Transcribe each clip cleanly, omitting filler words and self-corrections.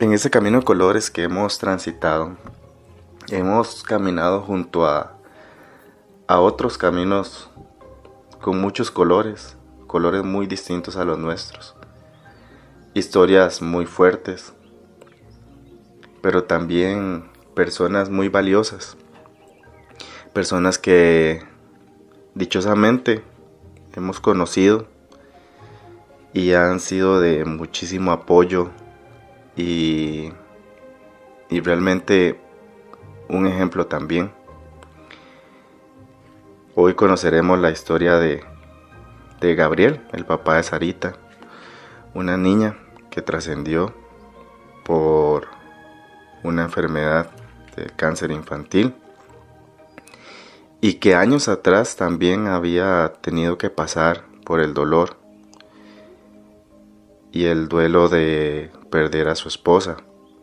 En ese camino de colores que hemos transitado, hemos caminado junto a otros caminos con muchos colores, colores muy distintos a los nuestros, historias muy fuertes, pero también personas muy valiosas, personas que dichosamente hemos conocido y han sido de muchísimo apoyo y realmente un ejemplo también. Hoy conoceremos la historia de Gabriel, el papá de Sarita, una niña que trascendió por una enfermedad de cáncer infantil y que años atrás también había tenido que pasar por el dolor y el duelo de perder a su esposa.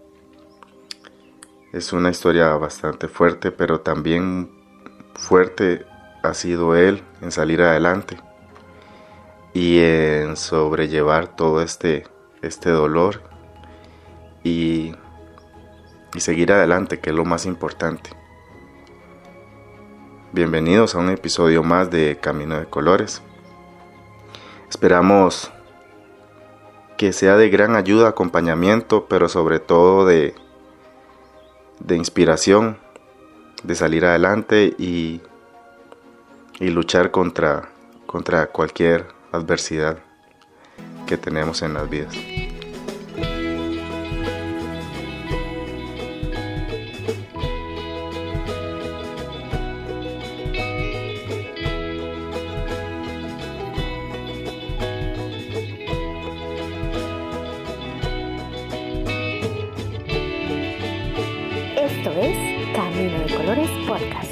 Es una historia bastante fuerte, pero también fuerte ha sido él en salir adelante y en sobrellevar todo este dolor y seguir adelante, que es lo más importante. Bienvenidos a un episodio más de Camino de Colores. Esperamos que sea de gran ayuda, acompañamiento, pero sobre todo de inspiración, de salir adelante y luchar contra cualquier adversidad que tenemos en las vidas. Esto es Camino de Colores Podcast.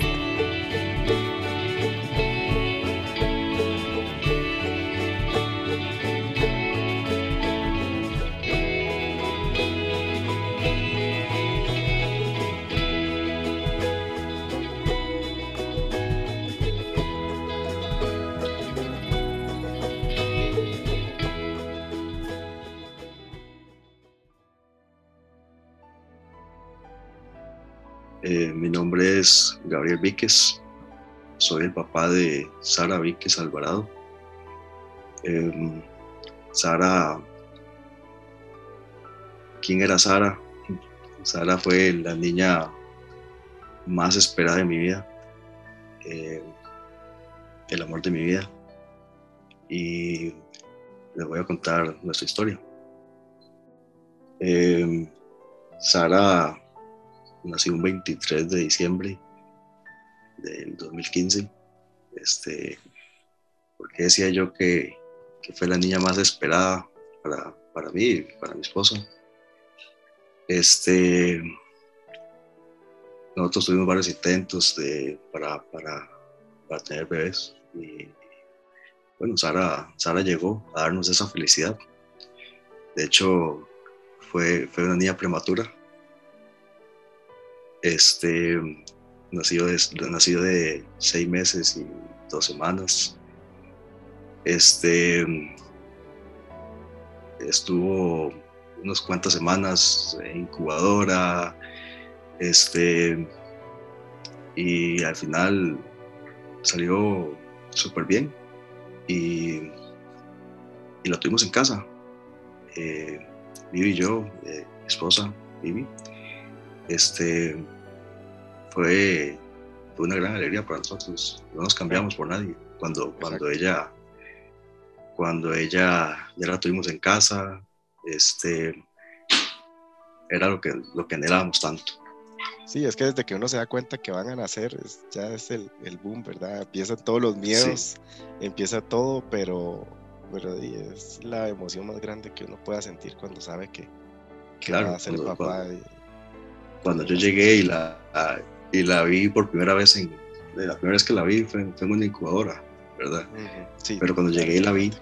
Mi nombre es Gabriel Víquez, soy el papá de Sara Víquez Alvarado. Sara, ¿quién era Sara? Sara fue la niña más esperada de mi vida, el amor de mi vida, y les voy a contar nuestra historia. Sara nació un 23 de diciembre del 2015. ¿Por qué decía yo que fue la niña más esperada para mí y para mi esposa? Nosotros tuvimos varios intentos para tener bebés y bueno, Sara llegó a darnos esa felicidad. De hecho, fue una niña prematura. Nacido de 6 meses y 2 semanas. Estuvo unas cuantas semanas en incubadora, y al final salió súper bien y la tuvimos en casa. Vivi y yo, mi esposa Vivi, fue una gran alegría para nosotros. No nos cambiamos por nadie. Cuando ella ya la tuvimos en casa, era lo que anhelábamos tanto. Sí, es que desde que uno se da cuenta que van a nacer, ya es el boom, ¿verdad? Empiezan todos los miedos, sí. Empieza todo, pero es la emoción más grande que uno pueda sentir cuando sabe que claro, va a ser el papá. Cuando yo llegué y la vi por primera vez, la primera vez que la vi fue en una incubadora, ¿verdad? Uh-huh, sí. Pero cuando llegué y la vi,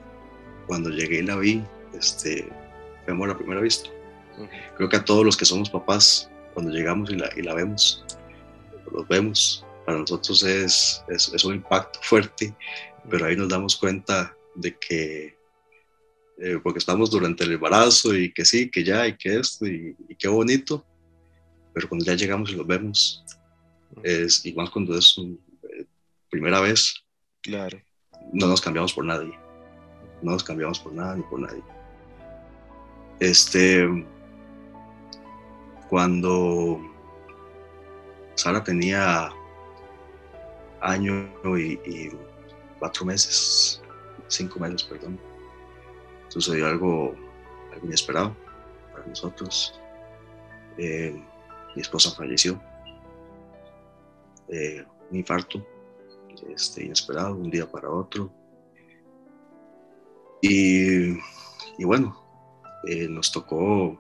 fue amor a primera vista. Uh-huh. Creo que a todos los que somos papás, cuando llegamos y la vemos, los vemos, para nosotros es un impacto fuerte, pero ahí nos damos cuenta de que porque estamos durante el embarazo y que sí, que ya, y que esto, y qué bonito, pero cuando ya llegamos y los vemos, es igual cuando es primera vez, Claro. no nos cambiamos por nadie, no nos cambiamos por nada ni por nadie. Cuando Sara tenía año y 4 meses, 5 meses, perdón, sucedió algo inesperado para nosotros. Mi esposa falleció, un infarto inesperado, de un día para otro. Y bueno, nos tocó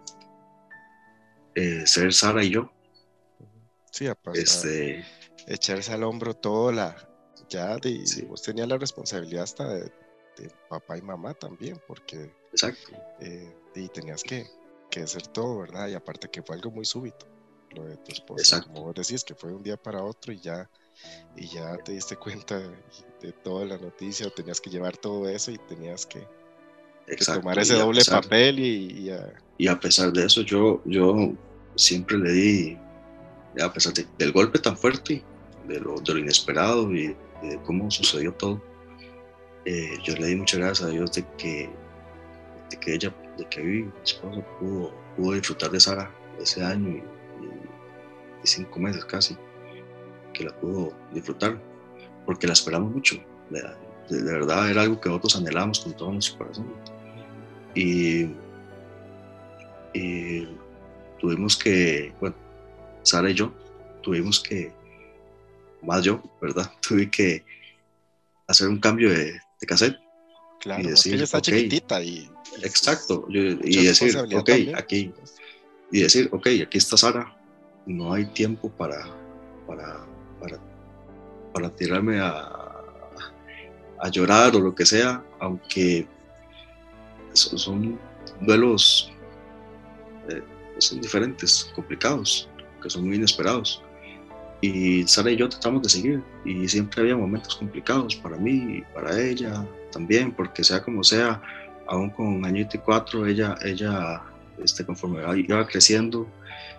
ser Sara y yo. Sí, echarse al hombro todo sí. Vos tenías la responsabilidad hasta de papá y mamá también, porque exacto. Y tenías que hacer todo, ¿verdad? Y aparte que fue algo muy súbito, lo de tu esposa, exacto. Como vos decís, que fue de un día para otro y ya te diste cuenta de toda la noticia, o tenías que llevar todo eso y tenías que tomar ese doble papel y a pesar de eso yo siempre le di, a pesar del golpe tan fuerte, de lo inesperado y de cómo sucedió todo, yo le di muchas gracias a Dios de que mi esposa pudo disfrutar de Sara ese año y 5 meses casi, que la pudo disfrutar, porque la esperamos mucho. De verdad era algo que nosotros anhelamos con todo nuestro corazón. Y tuvimos que, bueno, Sara y yo tuvimos que, más yo, ¿verdad? Tuve que hacer un cambio de cassette. Claro, y decir, es que ella está chiquitita y exacto, y decir, ok, también. Aquí, y decir, ok, aquí está Sara, no hay tiempo para tirarme a llorar o lo que sea, aunque son duelos son diferentes, complicados, que son muy inesperados. Y Sara y yo tratamos de seguir, y siempre había momentos complicados para mí y para ella también, porque sea como sea, aún con añito y 4, ella conforme iba creciendo,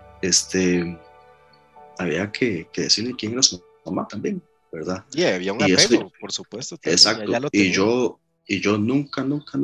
había que decirle quién era su mamá también, ¿verdad? Y había un apego, por supuesto. También, exacto, y yo nunca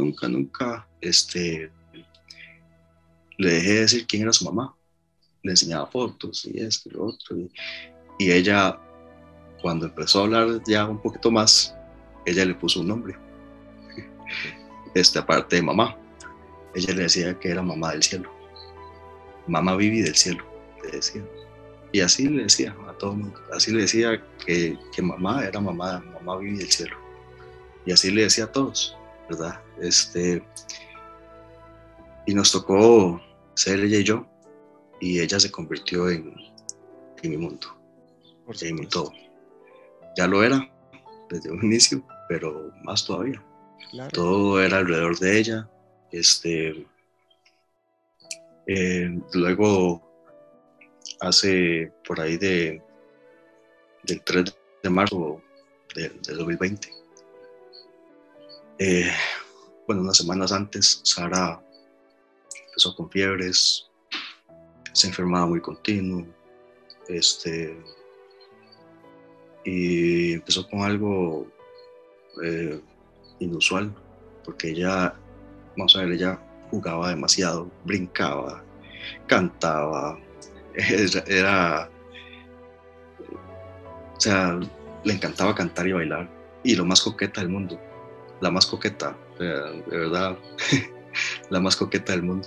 le dejé de decir quién era su mamá. Le enseñaba fotos y esto y lo otro, y ella, cuando empezó a hablar ya un poquito más, ella le puso un nombre, aparte de mamá. Ella le decía que era mamá del cielo, mamá Vivi del cielo, le decía. Y así le decía a todo el mundo, así le decía que mamá era mamá Vivi del cielo. Y así le decía a todos, ¿verdad? Y nos tocó ser ella y yo, y ella se convirtió en mi mundo, en mi todo. Ya lo era desde un inicio, pero más todavía. Claro. Todo era alrededor de ella. Luego, hace por ahí del 3 de marzo del 2020, bueno, unas semanas antes, Sara empezó con fiebres, se enfermaba muy continuo, y empezó con algo inusual, porque ella jugaba demasiado, brincaba, cantaba, o sea, le encantaba cantar y bailar, y lo más coqueta del mundo, la más coqueta, de verdad, la más coqueta del mundo.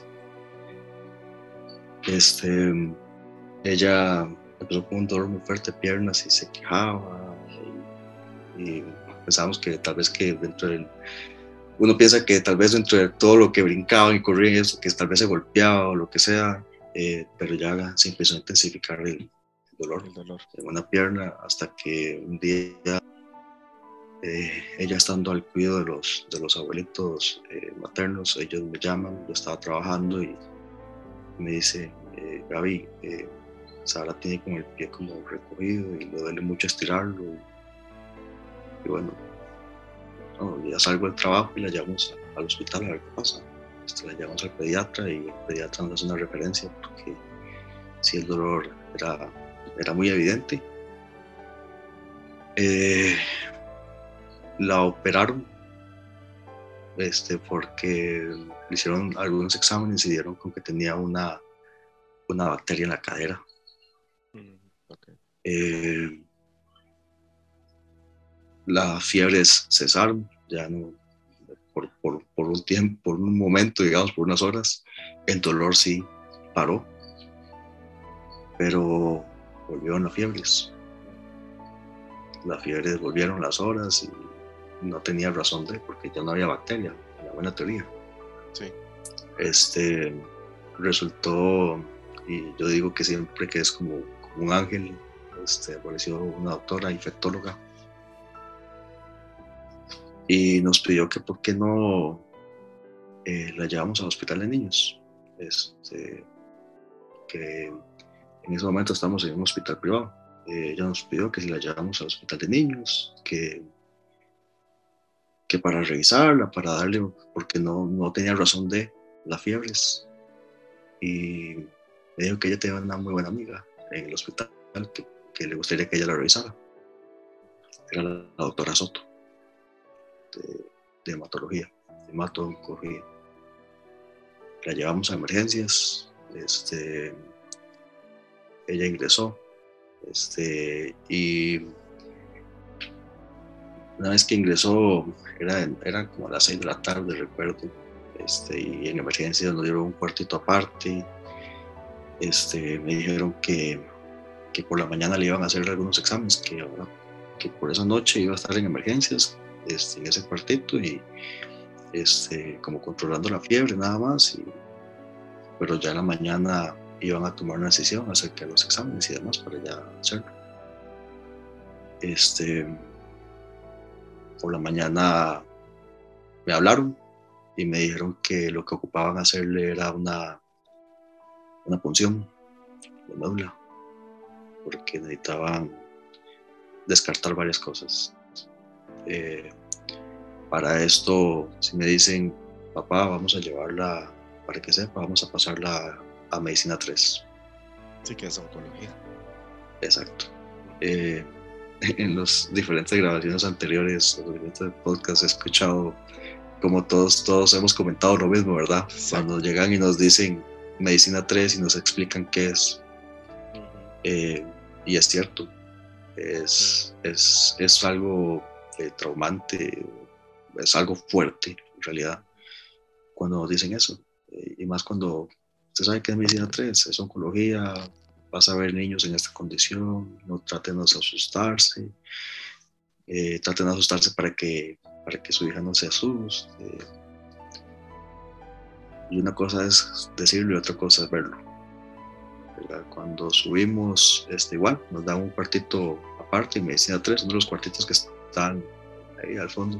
Ella empezó con un dolor muy fuerte de piernas y se quejaba, y pensábamos que tal vez que uno piensa que tal vez dentro de todo lo que brincaba y corría, que tal vez se golpeaba o lo que sea, pero ya se empezó a intensificar el dolor en una pierna, hasta que un día ella, estando al cuidado de los abuelitos maternos, ellos me llaman, yo estaba trabajando y me dice, Gaby, Sara tiene como el pie como recogido y le duele mucho estirarlo, y bueno, ya salgo del trabajo y la llamo al hospital a ver qué pasa. La llevamos al pediatra y el pediatra nos hace una referencia porque sí, el dolor era muy evidente. La operaron porque le hicieron algunos exámenes y dieron con que tenía una bacteria en la cadera. Okay. Las fiebres cesaron, ya no, por un tiempo, por un momento, digamos, por unas horas. El dolor sí paró, pero volvieron las fiebres. Las fiebres volvieron las horas y no tenía razón de, porque ya no había bacteria, una buena teoría. Sí. Resultó, y yo digo que siempre que es como un ángel, apareció una doctora infectóloga y nos pidió que por qué no la llevamos al hospital de niños, que en ese momento estamos en un hospital privado. Ella nos pidió que si la llevamos al hospital de niños, que para revisarla, para darle, porque no tenía razón de las fiebres. Y me dijo que ella tenía una muy buena amiga en el hospital que le gustaría que ella la revisara. Era la doctora Soto, de hematología, de hemato-oncología. La llevamos a emergencias, ella ingresó, y una vez que ingresó, era como a las 6 de la tarde, recuerdo, y en emergencias nos dieron un cuartito aparte. Me dijeron que por la mañana le iban a hacer algunos exámenes, que por esa noche iba a estar en emergencias, en ese cuartito, y como controlando la fiebre nada más, pero ya en la mañana iban a tomar una decisión acerca de los exámenes y demás para ya hacerlo. Por la mañana me hablaron y me dijeron que lo que ocupaban hacerle era una punción de médula, porque necesitaban descartar varias cosas. Para esto, si me dicen, papá, vamos a llevarla, para que sepa, vamos a pasarla a medicina 3. Sí, que es oncología. Exacto. En las diferentes grabaciones anteriores, los diferentes podcasts, he escuchado como todos hemos comentado lo mismo, ¿verdad? Sí. Cuando llegan y nos dicen medicina 3 y nos explican qué es. Y es cierto, es algo traumante, es algo fuerte en realidad cuando nos dicen eso, y más cuando usted sabe que es medicina 3, es oncología, vas a ver niños en esta condición, no traten de asustarse, traten de asustarse para que su hija no se asuste, y una cosa es decirlo y otra cosa es verlo, ¿verdad? Cuando subimos, igual nos dan un cuartito aparte en medicina 3, uno de los cuartitos que están ahí al fondo,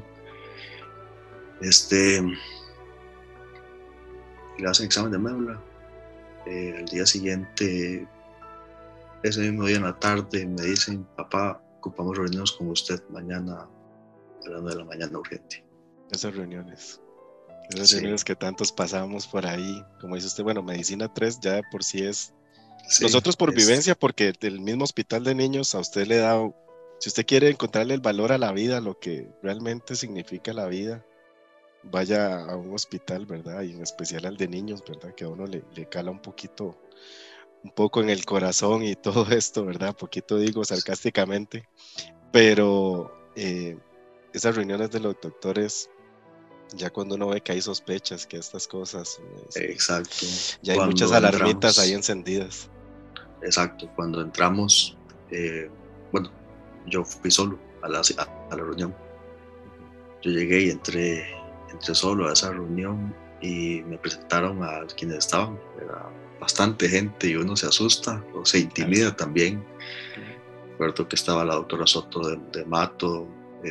le hacen examen de médula. Al día siguiente, ese mismo día en la tarde, me dicen, papá, ocupamos reunirnos con usted mañana a las 9 de la mañana urgente. Esas reuniones que tantos pasamos por ahí, como dice usted, bueno, medicina 3 ya de por sí es, sí, nosotros por vivencia, porque el mismo hospital de niños a usted le da, si usted quiere encontrarle el valor a la vida, lo que realmente significa la vida, vaya a un hospital, ¿verdad? Y en especial al de niños, ¿verdad? Que a uno le cala un poco en el corazón y todo esto, ¿verdad? Poquito digo sarcásticamente, pero esas reuniones de los doctores, ya cuando uno ve que hay sospechas, que estas cosas, exacto, ya hay muchas alarmitas ahí encendidas. Exacto, cuando entramos, bueno, yo fui solo a la reunión. Yo llegué y entré solo a esa reunión y me presentaron a quienes estaban. Era bastante gente y uno se asusta o se intimida también. Recuerdo que estaba la doctora Soto de Mato,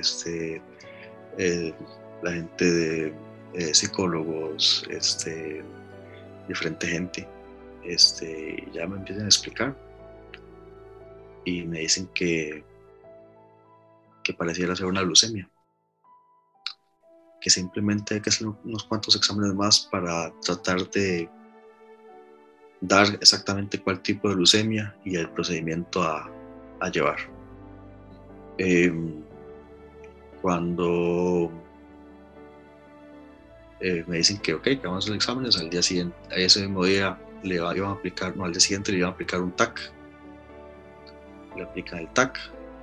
la gente de psicólogos, diferente gente. Ya me empiezan a explicar y me dicen que pareciera ser una leucemia, que simplemente hay que hacer unos cuantos exámenes más para tratar de dar exactamente cuál tipo de leucemia y el procedimiento a llevar. Cuando me dicen que ok, que vamos a hacer exámenes, al día siguiente, a ese mismo día iban a aplicar, no, al día siguiente le iban a aplicar un TAC. Le aplican el TAC.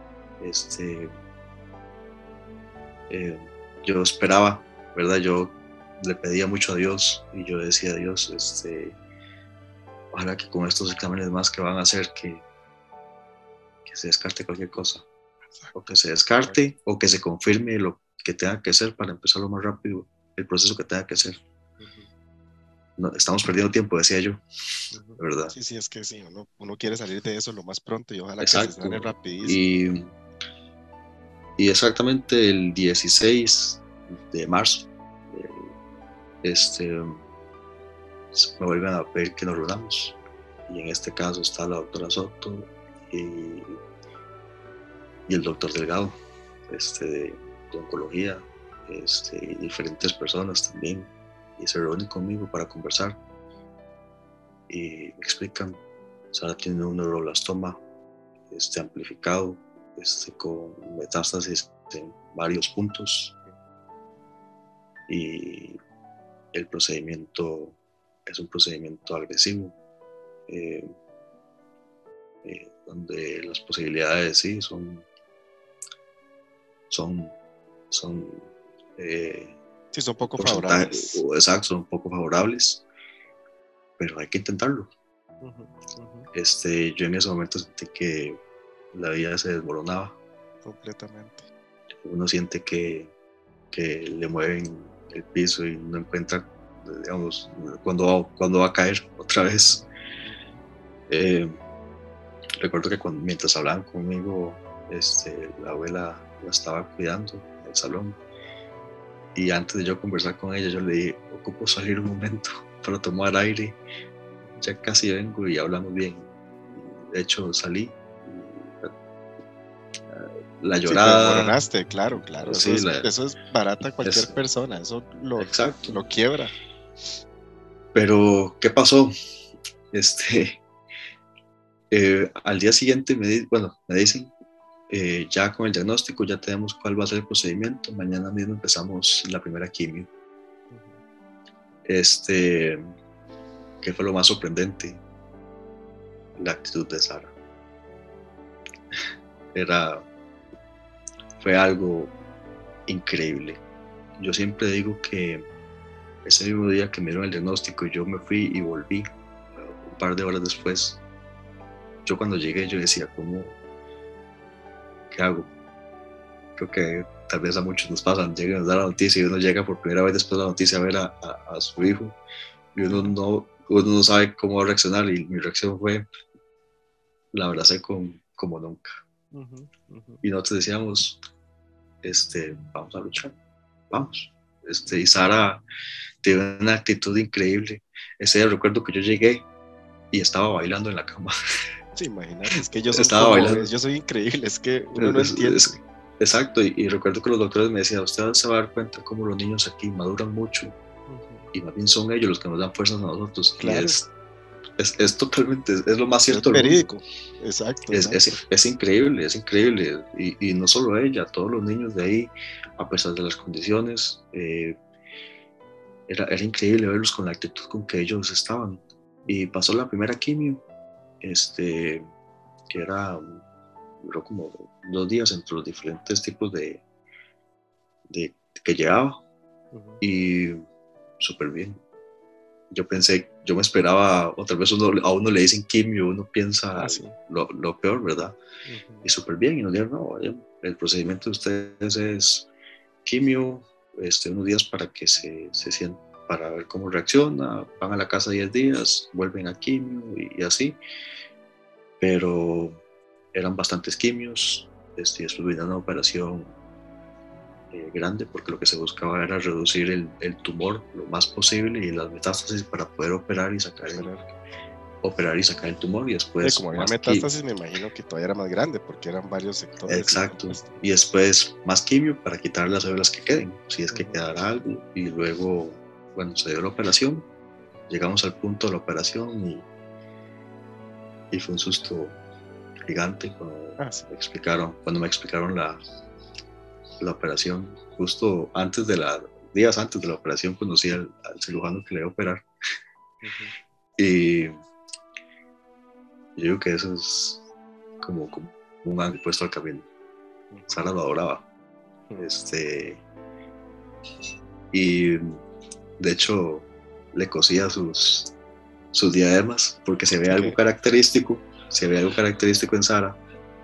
Yo esperaba, ¿verdad? Yo le pedía mucho a Dios y yo decía a Dios, ojalá que con estos exámenes más que van a hacer que se descarte cualquier cosa, o que se descarte o que se confirme lo que tenga que hacer para empezar lo más rápido el proceso que tenga que hacer. No, estamos perdiendo tiempo, decía yo, de verdad. Sí, es que sí, uno quiere salir de eso lo más pronto y ojalá Exacto. que se sane rapidísimo. Y exactamente el 16 de marzo me vuelven a pedir que nos reunamos, y en este caso está la doctora Soto y el doctor Delgado de oncología, y diferentes personas también, y se reúnen conmigo para conversar y me explican: Sara tiene un neuroblastoma amplificado, con metástasis en varios puntos, y el procedimiento es un procedimiento agresivo, donde las posibilidades sí son poco favorables. Exacto, son poco favorables, pero hay que intentarlo. Yo en ese momento sentí que la vida se desmoronaba completamente. Uno siente que le mueven el piso y no encuentra, digamos, cuándo va a caer otra vez. Recuerdo que mientras hablaban conmigo, la abuela la estaba cuidando en el salón, y antes de yo conversar con ella, yo le dije: ocupo salir un momento para tomar aire, ya casi vengo y hablamos bien. De hecho salí, la llorada. Sí, te desmoronaste, claro. Sí, eso es barata a cualquier persona, eso lo quiebra. Pero, ¿qué pasó? Al día siguiente me dicen, ya con el diagnóstico ya tenemos cuál va a ser el procedimiento, mañana mismo empezamos la primera quimio. ¿Qué fue lo más sorprendente? La actitud de Sara. Fue algo increíble. Yo siempre digo que ese mismo día que me dieron el diagnóstico, yo me fui y volví un par de horas después. Yo cuando llegué, yo decía: ¿qué hago? Creo que tal vez a muchos nos pasa, llegan a nos da la noticia y uno llega por primera vez después de la noticia a ver a su hijo, y uno no sabe cómo va a reaccionar, y mi reacción fue: la abracé como nunca. Y nosotros decíamos: vamos a luchar, vamos. Y Sara tiene una actitud increíble. Ese día recuerdo que yo llegué y estaba bailando en la cama. Sí, imagínate, es que yo soy increíble, es que uno no entiende. Exacto, y recuerdo que los doctores me decían: usted se va a dar cuenta cómo los niños aquí maduran mucho, y más bien son ellos los que nos dan fuerzas a nosotros. Claro. Y es totalmente, es lo más cierto. Es verídico, exacto. Es increíble, y no solo ella, todos los niños de ahí, a pesar de las condiciones, era increíble verlos con la actitud con que ellos estaban. Y pasó la primera quimio, que duró como 2 días entre los diferentes tipos de que llevaba, y súper bien. Yo me esperaba, otra vez a uno le dicen quimio, uno piensa lo peor, ¿verdad? Y súper bien, y nos dijeron: no, el procedimiento de ustedes es quimio, unos días para que se sientan, para ver cómo reacciona, van a la casa 10 días, vuelven a quimio y así. Pero eran bastantes quimios, y después vino una operación grande, porque lo que se buscaba era reducir el tumor lo más posible y las metástasis para poder operar y sacar operar y sacar el tumor y después como había metástasis, me imagino que todavía era más grande porque eran varios sectores. Exacto, y después más quimio para quitar las células que queden, si es que quedara algo, y luego, bueno, se dio la operación, llegamos al punto de la operación y fue un susto gigante cuando me explicaron la operación. Justo días antes de la operación conocí al cirujano que le iba a operar. Y yo digo que eso es como un ángel puesto al camino. Sara lo adoraba. Y de hecho le cosía sus diademas porque se ve algo característico en Sara.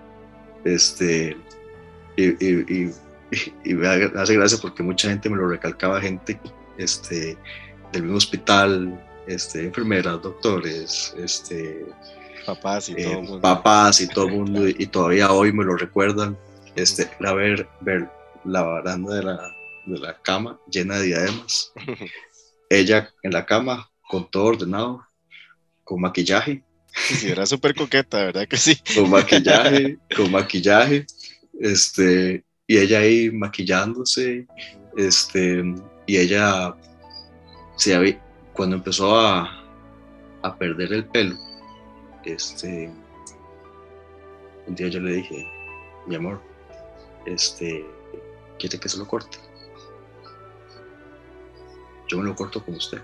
Y me hace gracia porque mucha gente me lo recalcaba, gente del mismo hospital, enfermeras, doctores, papás y todo el mundo. Papás y todo el mundo, y todavía hoy me lo recuerdan. Era ver la baranda de la cama llena de diademas, ella en la cama con todo ordenado, con maquillaje. Sí, era súper coqueta, ¿verdad que sí? Con maquillaje, y ella ahí maquillándose, y ella cuando empezó a perder el pelo, un día yo le dije, mi amor, ¿quiere que se lo corte? Yo me lo corto con usted.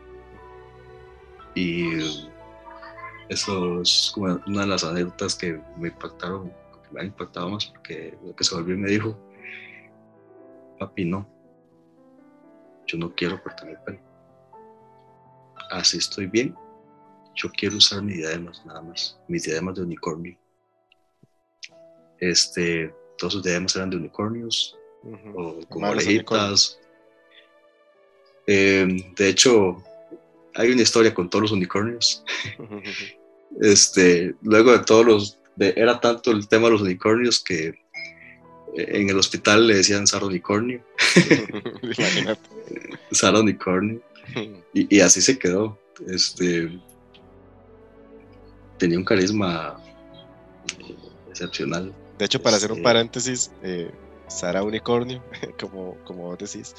Y eso es como una de las anécdotas que me impactaron, que me han impactado más, porque lo que se volvió y me dijo, papi, no, yo no quiero cortarme el pelo, así estoy bien, yo quiero usar mis diademas nada más, mis diademas de unicornio. Todos sus diademas eran de unicornios, o con orejitas. De hecho, hay una historia con todos los unicornios. Luego de todos era tanto el tema de los unicornios que en el hospital le decían Sara Unicornio. Imagínate. Sara Unicornio. Y así se quedó. Tenía un carisma excepcional. De hecho, para hacer un paréntesis, Sara Unicornio, como vos decís,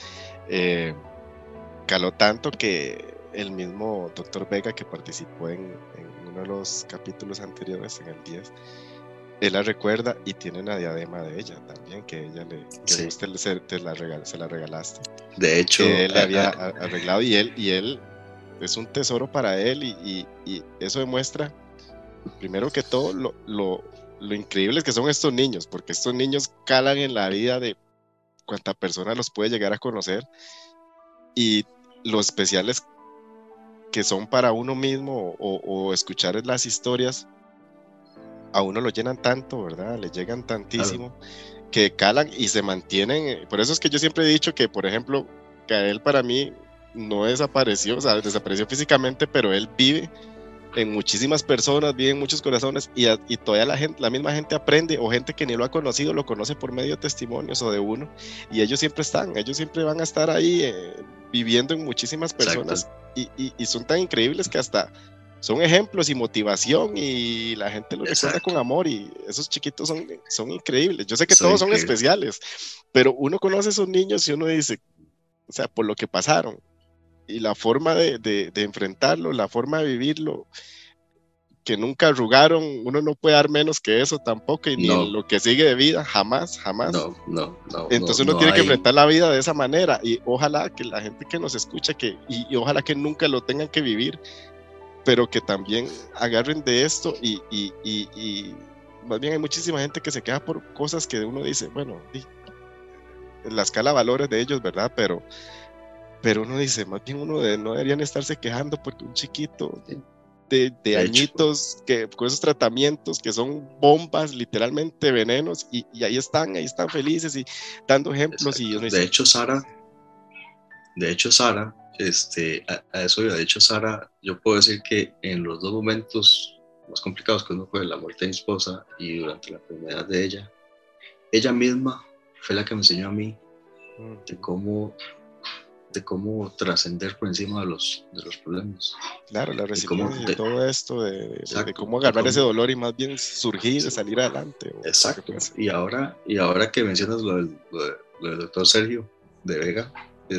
caló tanto que el mismo Dr. Vega, que participó en uno de los capítulos anteriores, en el 10, él la recuerda y tiene una diadema de ella también, que ella se la regalaste. De hecho, él le había arreglado, y él es un tesoro para él, y eso demuestra, primero que todo, lo increíbles que son estos niños, porque estos niños calan en la vida de cuánta persona los puede llegar a conocer, y lo especiales que son para uno mismo, o escuchar las historias a uno lo llenan tanto, ¿verdad? Le llegan tantísimo, que calan y se mantienen. Por eso es que yo siempre he dicho que, por ejemplo, Gael para mí no desapareció, o sea, desapareció físicamente, pero él vive en muchísimas personas, vive en muchos corazones, y todavía la misma gente aprende, o gente que ni lo ha conocido, lo conoce por medio de testimonios o de uno, y ellos siempre van a estar ahí viviendo en muchísimas personas, y son tan increíbles que hasta son ejemplos y motivación, y la gente los recuerda con amor, y esos chiquitos son increíbles. Yo sé que todos son especiales, pero uno conoce a esos niños y uno dice, o sea, por lo que pasaron, y la forma de enfrentarlo, la forma de vivirlo, que nunca arrugaron, uno no puede dar menos que eso tampoco, y ni en lo que sigue de vida, jamás. No. Entonces uno tiene que enfrentar la vida de esa manera, y ojalá que la gente que nos escucha, y ojalá que nunca lo tengan que vivir, pero que también agarren de esto, y más bien hay muchísima gente que se queda por cosas que uno dice, bueno, en la escala de valores de ellos, ¿verdad? Pero uno dice, más bien no deberían estarse quejando porque un chiquito de añitos, que con esos tratamientos que son bombas, literalmente venenos, y ahí están felices y dando ejemplos. Y de hecho Sara, a eso iba. De hecho Sara, yo puedo decir que en los dos momentos más complicados, que uno fue la muerte de mi esposa y durante la enfermedad de ella misma fue la que me enseñó a mí de cómo de cómo trascender por encima de los problemas. Claro, la resiliencia y todo esto de cómo y agarrar ese dolor y más bien surgir, salir adelante. Exacto. Y ahora que mencionas lo del doctor Sergio de Vega,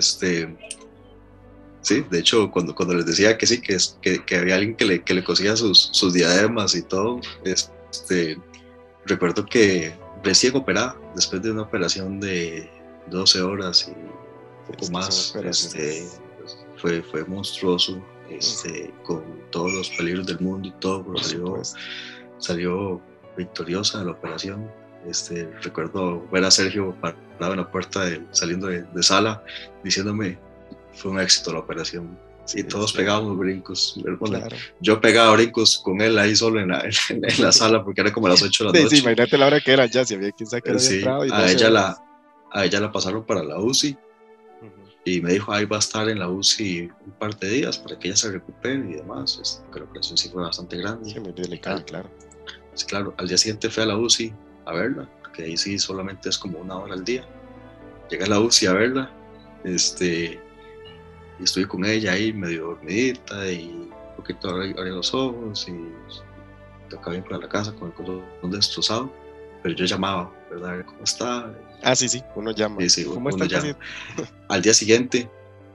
sí, de hecho, cuando les decía que sí, que había alguien que le cosía sus diademas y todo, recuerdo que recién operada, después de una operación de 12 horas y un poco más, fue monstruoso, con todos los peligros del mundo y todo, pero salió victoriosa de la operación. Recuerdo ver a Sergio parado en la puerta saliendo de sala, diciéndome, fue un éxito la operación. Sí, y todos pegábamos brincos. Bueno, claro. Yo pegaba brincos con él ahí solo en la sala, porque era como las 8 de la noche. Sí, imagínate la hora que era ya, si había quien sabe que había entrado. Y a ella la pasaron para la UCI. Y me dijo, ahí va a estar en la UCI un par de días para que ella se recupere y demás. Que la operación sí fue bastante grande. Sí, muy delicada, claro. Sí, claro, al día siguiente fui a la UCI a verla, porque ahí sí solamente es como 1 hora al día. Llegué a la UCI a verla, y estuve con ella ahí medio dormidita y un poquito abrí los ojos y tocaba bien para la casa con el corazón destrozado, pero yo llamaba, ¿verdad? ¿Cómo está? Sí, uno llama. Sí, ¿Cómo uno está? Llama. Al día siguiente,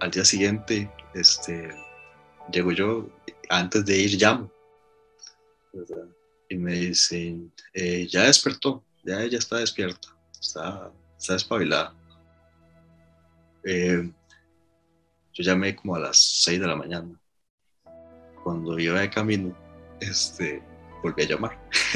llego yo, antes de ir llamo, ¿verdad? Y me dicen, ya despertó, ya ella está despierta, está despabilada. Yo llamé como a las 6 de la mañana. Cuando iba de camino, volví a llamar.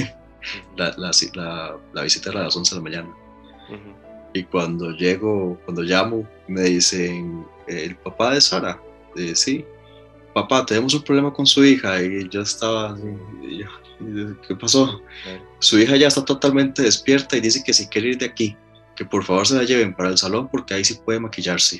La visita era a las 11 de la mañana. Y cuando llamo, me dicen, ¿el papá de Sara? Sí. Papá, tenemos un problema con su hija. Y yo estaba así, ¿qué pasó? Su hija ya está totalmente despierta y dice que si quiere ir de aquí, que por favor se la lleven para el salón porque ahí sí puede maquillarse.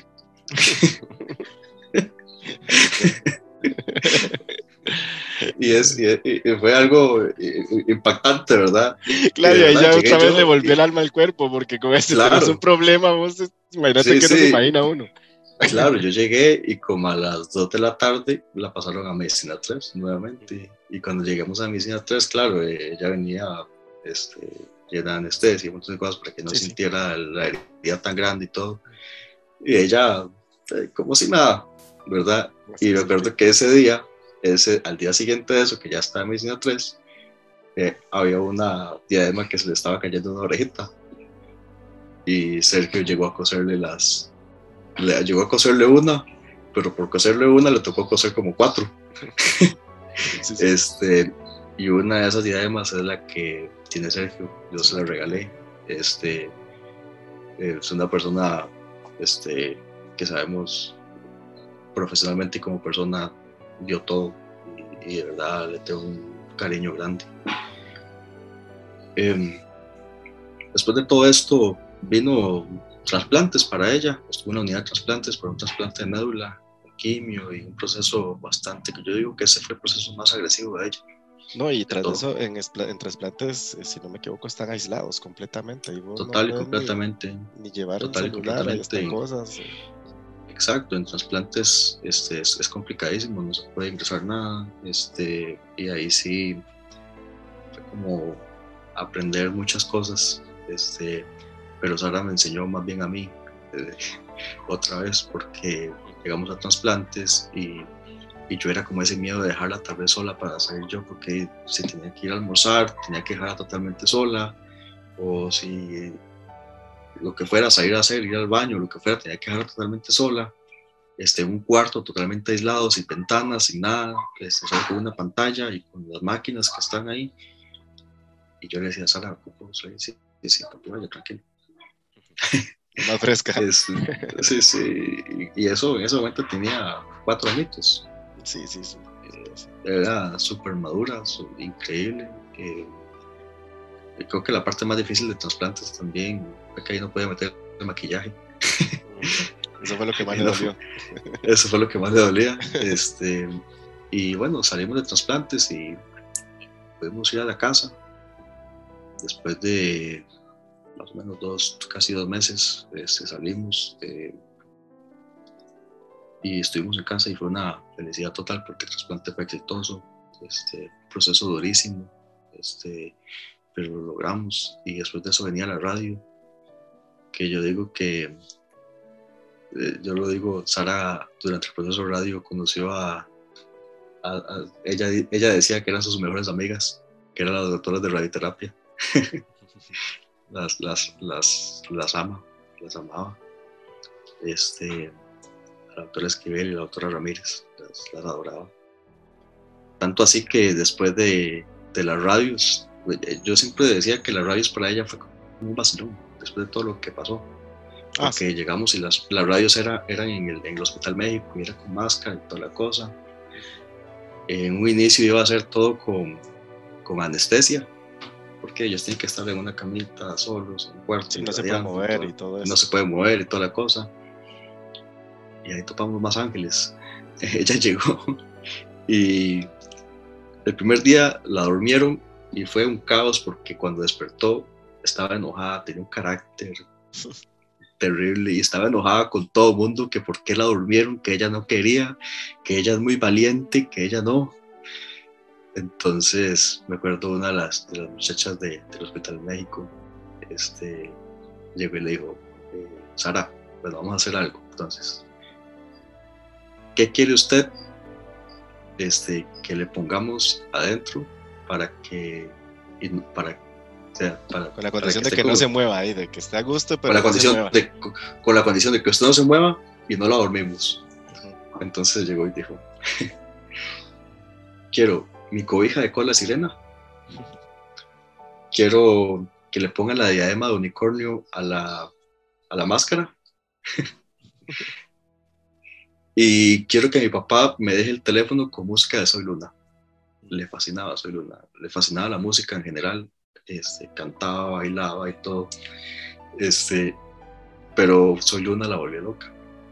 y fue algo impactante, ¿verdad? Claro, y ahí ya otra vez le volvió el alma al cuerpo, porque con tenés un problema, vos imagínate que no se imagina uno. Claro, yo llegué y como a las 2 de la tarde la pasaron a Medicina 3 nuevamente, y cuando llegamos a Medicina 3, claro, ella venía llena de anestesia y un montón de cosas para que no sintiera la herida tan grande y todo, y ella como si nada, ¿verdad? Y recuerdo que ese día, al día siguiente de eso, que ya estaba en Medicina 3, había una diadema que se le estaba cayendo una orejita, y Sergio llegó a coserle una, pero por coserle una le tocó coser como 4. Y una de esas diademas es la que tiene Sergio, yo se la regalé. Es una persona que sabemos profesionalmente y como persona dio todo, y de verdad le tengo un cariño grande. Después de todo esto vino trasplantes para ella, estuvo en la unidad de trasplantes para un trasplante de médula, quimio y un proceso bastante, que yo digo que ese fue el proceso más agresivo de ella. No, y tras eso, en trasplantes, si no me equivoco, están aislados completamente. Y vos total no y completamente. Ni llevar el celular, ahí están cosas. Exacto, en trasplantes es complicadísimo, no se puede ingresar nada, y ahí sí fue como aprender muchas cosas, pero Sara me enseñó más bien a mí, otra vez, porque llegamos a trasplantes y yo era como ese miedo de dejarla tal vez sola para salir yo, porque si tenía que ir a almorzar, tenía que dejarla totalmente sola, o si lo que fuera, salir a hacer, ir al baño, lo que fuera, tenía que dejarla totalmente sola, un cuarto totalmente aislado, sin ventanas, sin nada, solo con una pantalla y con las máquinas que están ahí. Y yo le decía a Sara, ¿cómo soy? Sí, papi, vaya, tranquilo. Más fresca. Sí, y eso en ese momento tenía 4 añitos. Sí. Era súper madura, increíble. Creo que la parte más difícil de trasplantes también fue que ahí no podía meter el maquillaje. Eso fue lo que más le dolió. Eso fue lo que más le dolía. Y bueno, salimos de trasplantes y pudimos ir a la casa. Después de más o menos casi 2 meses, salimos. y estuvimos en casa y fue una felicidad total porque el trasplante fue exitoso, proceso durísimo, pero lo logramos. Y después de eso venía la radio, que yo digo que, yo lo digo, Sara durante el proceso de radio conoció ella decía que eran sus mejores amigas, que eran las doctoras de radioterapia. las amaba. La doctora Esquivel y la doctora Ramírez, las adoraba. Tanto así que después de las radios, yo siempre decía que las radios para ella fue como un vacilón, después de todo lo que pasó. Porque llegamos y las radios eran en el Hospital México, y era con máscara y toda la cosa. En un inicio iba a ser todo con anestesia, porque ellos tienen que estar en una camita solos, en un cuarto. Sí, no se puede mover y todo eso. No se puede mover y toda la cosa. Y ahí topamos más ángeles. Ella llegó y el primer día la durmieron y fue un caos porque cuando despertó estaba enojada, tenía un carácter terrible y estaba enojada con todo el mundo, que por qué la durmieron, que ella no quería, que ella es muy valiente, que ella no. Entonces me acuerdo una de las muchachas del Hospital México, llegó y le dijo, Sara, pues vamos a hacer algo. Entonces, ¿qué quiere usted que le pongamos adentro para que, con la condición de que no se mueva ahí, de que esté a gusto, pero con la condición de que usted no se mueva y no la dormimos? Uh-huh. Entonces llegó y dijo, quiero mi cobija de cola de sirena, quiero que le pongan la diadema de unicornio a la máscara, y quiero que mi papá me deje el teléfono con música de Soy Luna. Le fascinaba Soy Luna, le fascinaba la música en general, cantaba, bailaba y todo, pero Soy Luna la volvió loca.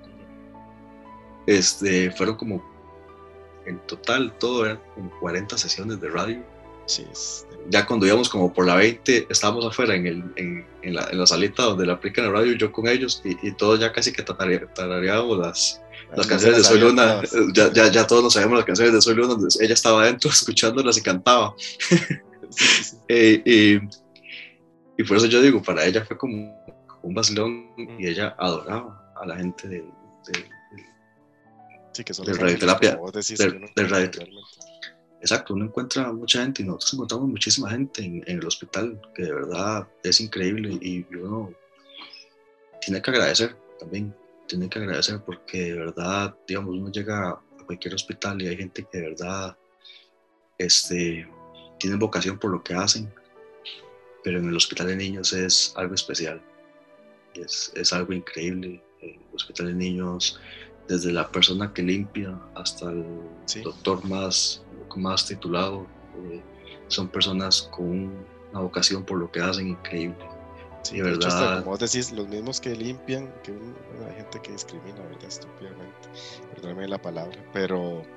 Fueron como, en total, todo eran como 40 sesiones de radio. Sí, ya cuando íbamos como por la 20, estábamos afuera en la salita donde la aplican la radio, yo con ellos, y todos ya casi que tarareábamos las canciones de Soy Luna. Ya todos nos sabíamos las canciones de Soy Luna, donde ella estaba adentro escuchándolas y cantaba. Sí. Y por eso yo digo, para ella fue como un vacilón, y ella adoraba a la gente de radioterapia. De radioterapia. Exacto, uno encuentra mucha gente, y nosotros encontramos muchísima gente en el hospital, que de verdad es increíble, y uno tiene que agradecer también. Tienen que agradecer porque de verdad, digamos, uno llega a cualquier hospital y hay gente que de verdad tienen vocación por lo que hacen, pero en el hospital de niños es algo especial, es algo increíble. En el hospital de niños, desde la persona que limpia hasta el doctor más titulado, son personas con una vocación por lo que hacen increíble. Sí, de verdad. Hecho, hasta, como vos decís, los mismos que limpian, que hay gente que discrimina, ¿verdad? Estúpidamente, perdóname la palabra, pero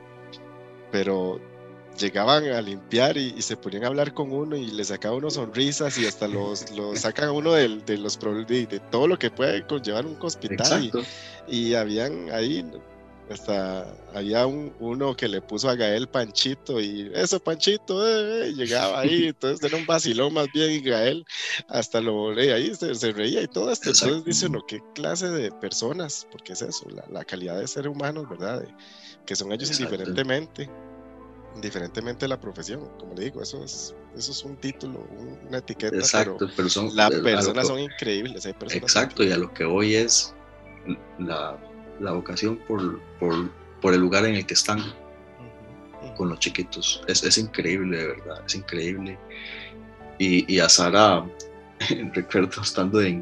llegaban a limpiar y se ponían a hablar con uno y le sacaban uno sonrisas, y hasta los sacan a uno de todo lo que puede conllevar un hospital. Y habían ahí, hasta había uno que le puso a Gael Panchito, y eso Panchito, llegaba ahí, entonces era un vacilón más bien, y Gael hasta lo leía ahí, se reía y todo esto. Entonces dice uno, qué clase de personas, porque es eso, la calidad de seres humanos, ¿verdad? Que son ellos. indiferentemente de la profesión, como le digo, eso es un título, una etiqueta. Exacto, pero las personas son increíbles, hay personas. Exacto, y a lo que voy es la vocación por el lugar en el que están con los chiquitos. Es increíble, de verdad, es increíble. Y a Sara, recuerdo estando en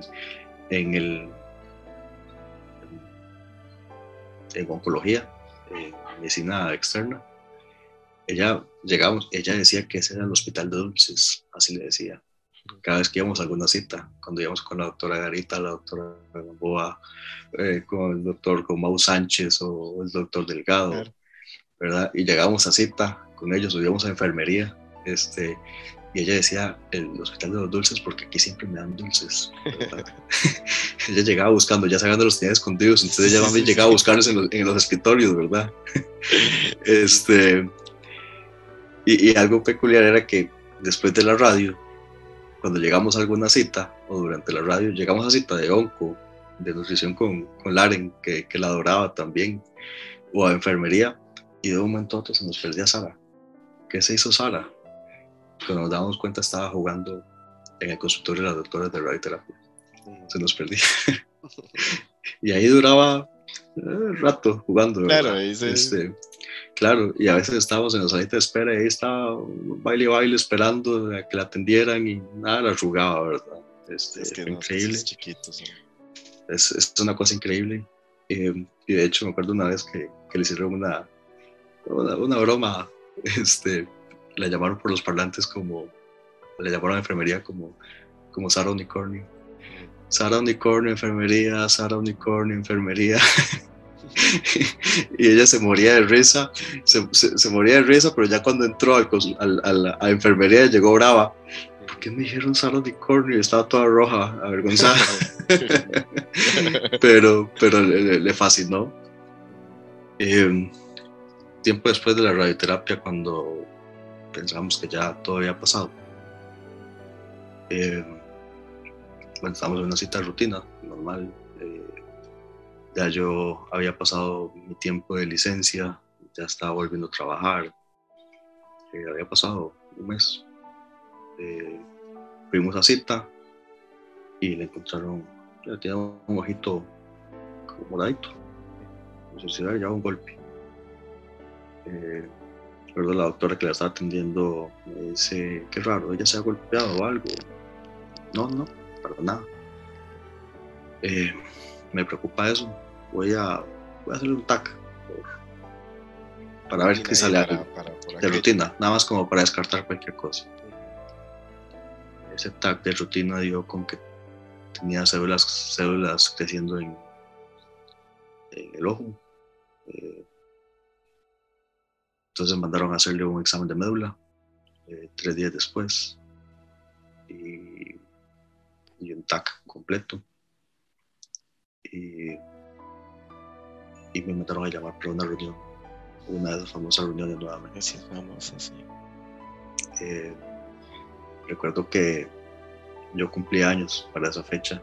oncología, en medicina externa, ella decía que ese era el hospital de dulces, así le decía. Cada vez que íbamos a alguna cita, cuando íbamos con la doctora Garita, la doctora Gamboa, con el doctor Mau Sánchez o el doctor Delgado, claro, ¿verdad? Y llegábamos a cita con ellos, o íbamos a enfermería, y ella decía el hospital de los dulces porque aquí siempre me dan dulces, ¿verdad? Ella llegaba buscando, ya sabían de los tenía escondidos, entonces ella más llegaba a buscarlos en los escritorios, ¿verdad? Y algo peculiar era que después de la radio, cuando llegamos a alguna cita, o durante la radio, llegamos a cita de onco, de nutrición con Laren, que la adoraba también, o a enfermería, y de un momento a otro se nos perdía Sara. ¿Qué se hizo Sara? Cuando nos dábamos cuenta estaba jugando en el consultorio de las doctoras de radioterapia. Se nos perdía. Y ahí duraba rato jugando, Claro, claro, y a veces estábamos en la salita de espera y ahí estaba baile esperando a que la atendieran y nada la arrugaba, ¿verdad? es que fue no, increíble. es chiquito, sí. Es una cosa increíble. Y de hecho me acuerdo una vez que le hicieron una broma. La llamaron por los parlantes le llamaron a enfermería como Sara Unicornio. Sara Unicornio, enfermería, Sara Unicornio, enfermería. Y ella se moría de risa, se moría de risa, pero ya cuando entró a enfermería llegó brava. ¿Por qué me dijeron Sara Unicornio? Estaba toda roja, avergonzada. pero le fascinó. Tiempo después de la radioterapia, cuando pensamos que ya todo había pasado, bueno, estábamos en una cita de rutina normal. Ya yo había pasado mi tiempo de licencia, ya estaba volviendo a trabajar, había pasado un mes. Fuimos a cita y le encontraron, ya tenía un ojito como moradito, no sé si había llevado un golpe. Recuerdo la doctora que la estaba atendiendo me dice, qué raro, ella se ha golpeado o algo. No, para nada. Me preocupa eso. Voy a hacerle un TAC para ver qué sale algo de rutina, nada más como para descartar cualquier cosa. Ese TAC de rutina dio con que tenía células creciendo en el ojo. Entonces mandaron a hacerle un examen de médula 3 días después y un TAC completo. Y me mandaron a llamar para una reunión, una de esas famosas reuniones nuevamente. Sí, famosas, sí. Recuerdo que yo cumplí años para esa fecha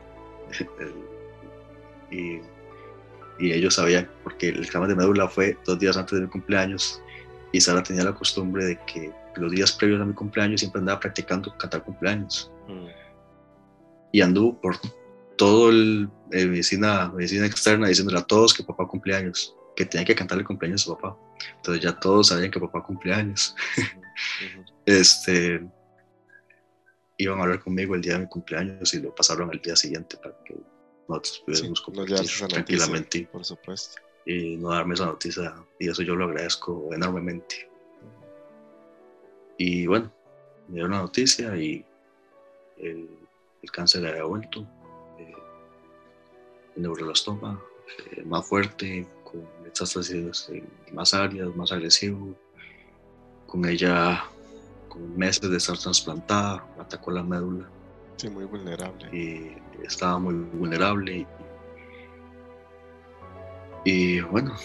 y ellos sabían, porque el examen de médula fue 2 días antes de mi cumpleaños y Sara tenía la costumbre de que los días previos a mi cumpleaños siempre andaba practicando cantar cumpleaños. Y anduvo por todo el medicina externa diciéndole a todos que papá cumpleaños, que tenían que cantarle cumpleaños a su papá. Entonces ya todos sabían que papá cumpleaños. Iban a hablar conmigo el día de mi cumpleaños y lo pasaron al día siguiente para que nosotros pudiéramos compartir tranquilamente, noticia, por supuesto, y no darme esa noticia, y eso yo lo agradezco enormemente. Y bueno, me dio la noticia y el cáncer había vuelto, el neuroblastoma más fuerte, con metástasis en más áreas, más agresivo, con ella con meses de estar trasplantada, atacó la médula. Sí, muy vulnerable. Y estaba muy vulnerable. Y bueno,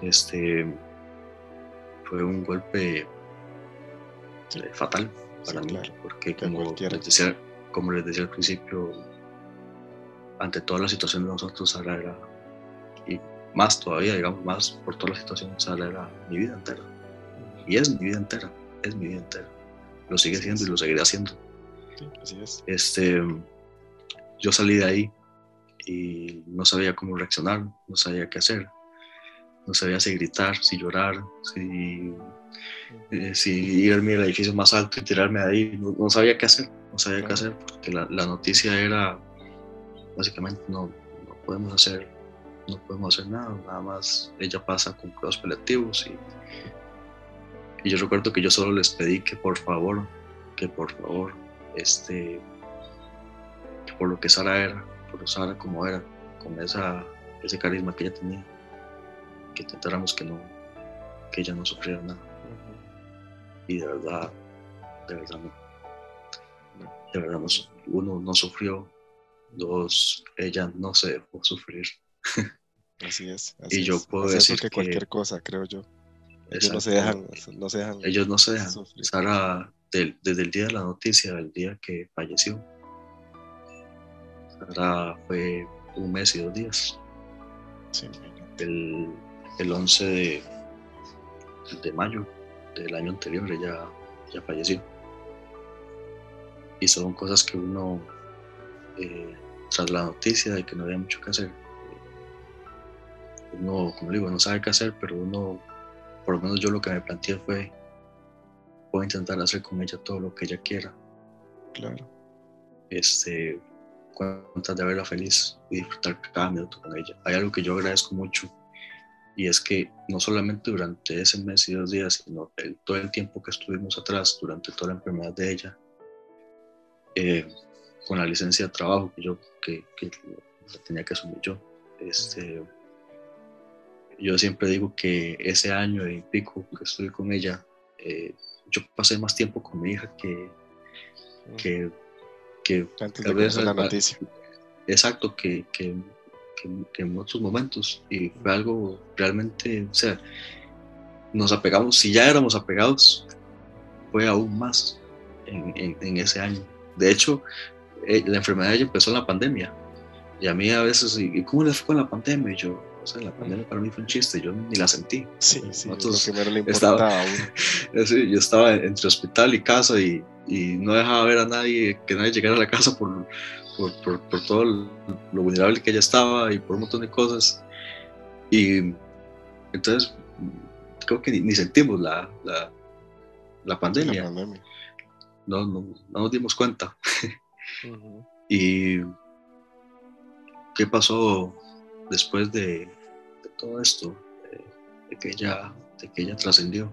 fue un golpe fatal para mí, claro, porque como les decía al principio, ante toda la situación de nosotros, Sara era, y más todavía, digamos, más por toda la situación, Sara era mi vida entera. Y es mi vida entera, Lo sigue siendo y lo seguirá haciendo. Sí, así es. Yo salí de ahí y no sabía cómo reaccionar, no sabía qué hacer, no sabía si gritar, si llorar, si irme al edificio más alto y tirarme de ahí, no sabía qué hacer, porque la noticia era básicamente no podemos hacer nada más ella pasa con cuidados paliativos y yo recuerdo que yo solo les pedí que por favor, que por lo que Sara era, por Sara como era, con ese carisma que ella tenía, que intentáramos que ella no sufriera nada. Y de verdad De verdad, uno no sufrió, dos, ella no se dejó sufrir. Así es, Y yo puedo más eso decir que que, cualquier cosa, creo yo. Ellos no se exacto, dejan, no se dejan ellos no se dejan. sufrir. Sara, desde el día de la noticia, del día que falleció, Sara fue 1 mes y 2 días. Sí, El 11 de mayo del año anterior ella ya falleció. Y son cosas que uno, tras la noticia de que no había mucho que hacer, uno, como digo, no sabe qué hacer, pero uno, por lo menos yo lo que me planteé fue, puedo intentar hacer con ella todo lo que ella quiera. claro. Con tal de verla feliz y disfrutar cada minuto con ella. Hay algo que yo agradezco mucho, y es que no solamente durante ese mes y 2 días, sino todo el tiempo que estuvimos atrás, durante toda la enfermedad de ella, con la licencia de trabajo que la tenía que asumir yo. Yo siempre digo que ese año y pico que estuve con ella, yo pasé más tiempo con mi hija que Antes de tal vez, conocer la noticia. exacto, que en otros momentos. Y fue algo realmente, o sea, nos apegamos, si ya éramos apegados, fue aún más en ese año. De hecho, la enfermedad de ella empezó en la pandemia. Y a mí a veces, ¿y cómo les fue con la pandemia? Y yo, o sea, la pandemia para mí fue un chiste, yo ni la sentí. Sí, es lo Nosotros que menos le importaba a uno. Sí, yo estaba entre hospital y casa y no dejaba ver a nadie, que nadie llegara a la casa por todo lo vulnerable que ella estaba y por un montón de cosas. Y entonces, creo que ni sentimos la pandemia. Sí, la pandemia. No nos dimos cuenta. Uh-huh. ¿Y qué pasó después de todo esto? De que ella trascendió.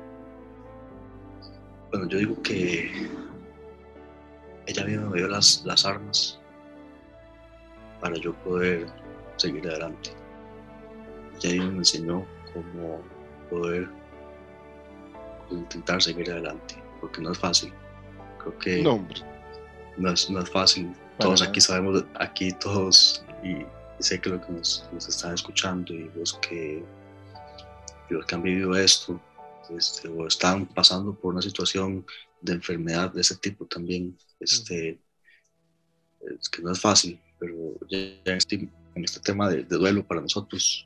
Bueno, yo digo que ella misma me dio las armas para yo poder seguir adelante. Ella misma me enseñó cómo poder intentar seguir adelante, porque no es fácil. Creo que no es fácil. Todos aquí sabemos, aquí todos, y sé que los que nos están escuchando y los que han vivido esto, o están pasando por una situación de enfermedad de ese tipo también, es que no es fácil, pero ya en este tema de duelo para nosotros,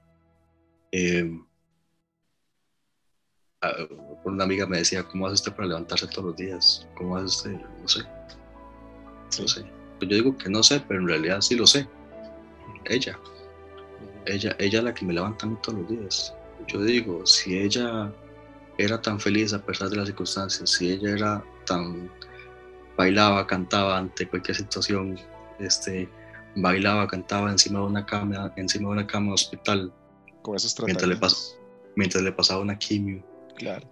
una amiga me decía, ¿cómo hace usted para levantarse todos los días? ¿Cómo hace usted? No sé. ¿Sí? No sé. Pues yo digo que no sé, pero en realidad sí lo sé. Ella es la que me levanta a mí todos los días. Yo digo, si ella era tan feliz a pesar de las circunstancias, si ella era bailaba, cantaba ante cualquier situación, bailaba, cantaba encima de una cama de hospital, con esos tratamientos, mientras le pasaba una quimio. Claro.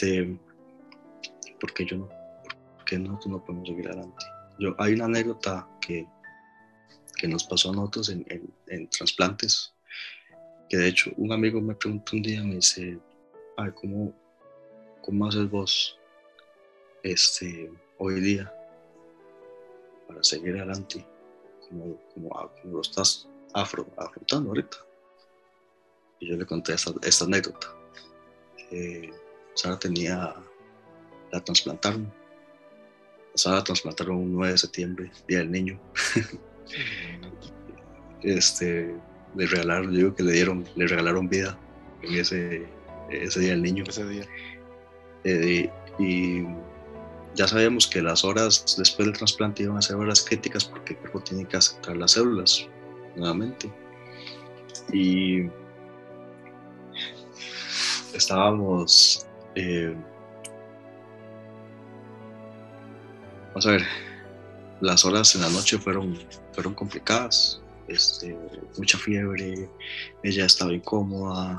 Porque yo no, porque nosotros no podemos seguir adelante. Hay una anécdota que nos pasó a nosotros en trasplantes, que de hecho un amigo me preguntó un día, me dice, ay, ¿cómo haces vos hoy día para seguir adelante como lo estás afrontando ahorita? Y yo le conté esta anécdota. Sara la transplantaron. Sara la transplantaron un 9 de septiembre, Día del Niño. Le regalaron, yo digo que le regalaron vida en ese Día del Niño. Ese día. Y ya sabíamos que las horas después del trasplante iban a ser horas críticas porque el cuerpo tiene que aceptar las células nuevamente. Y estábamos, vamos a ver, las horas en la noche fueron complicadas, mucha fiebre, ella estaba incómoda,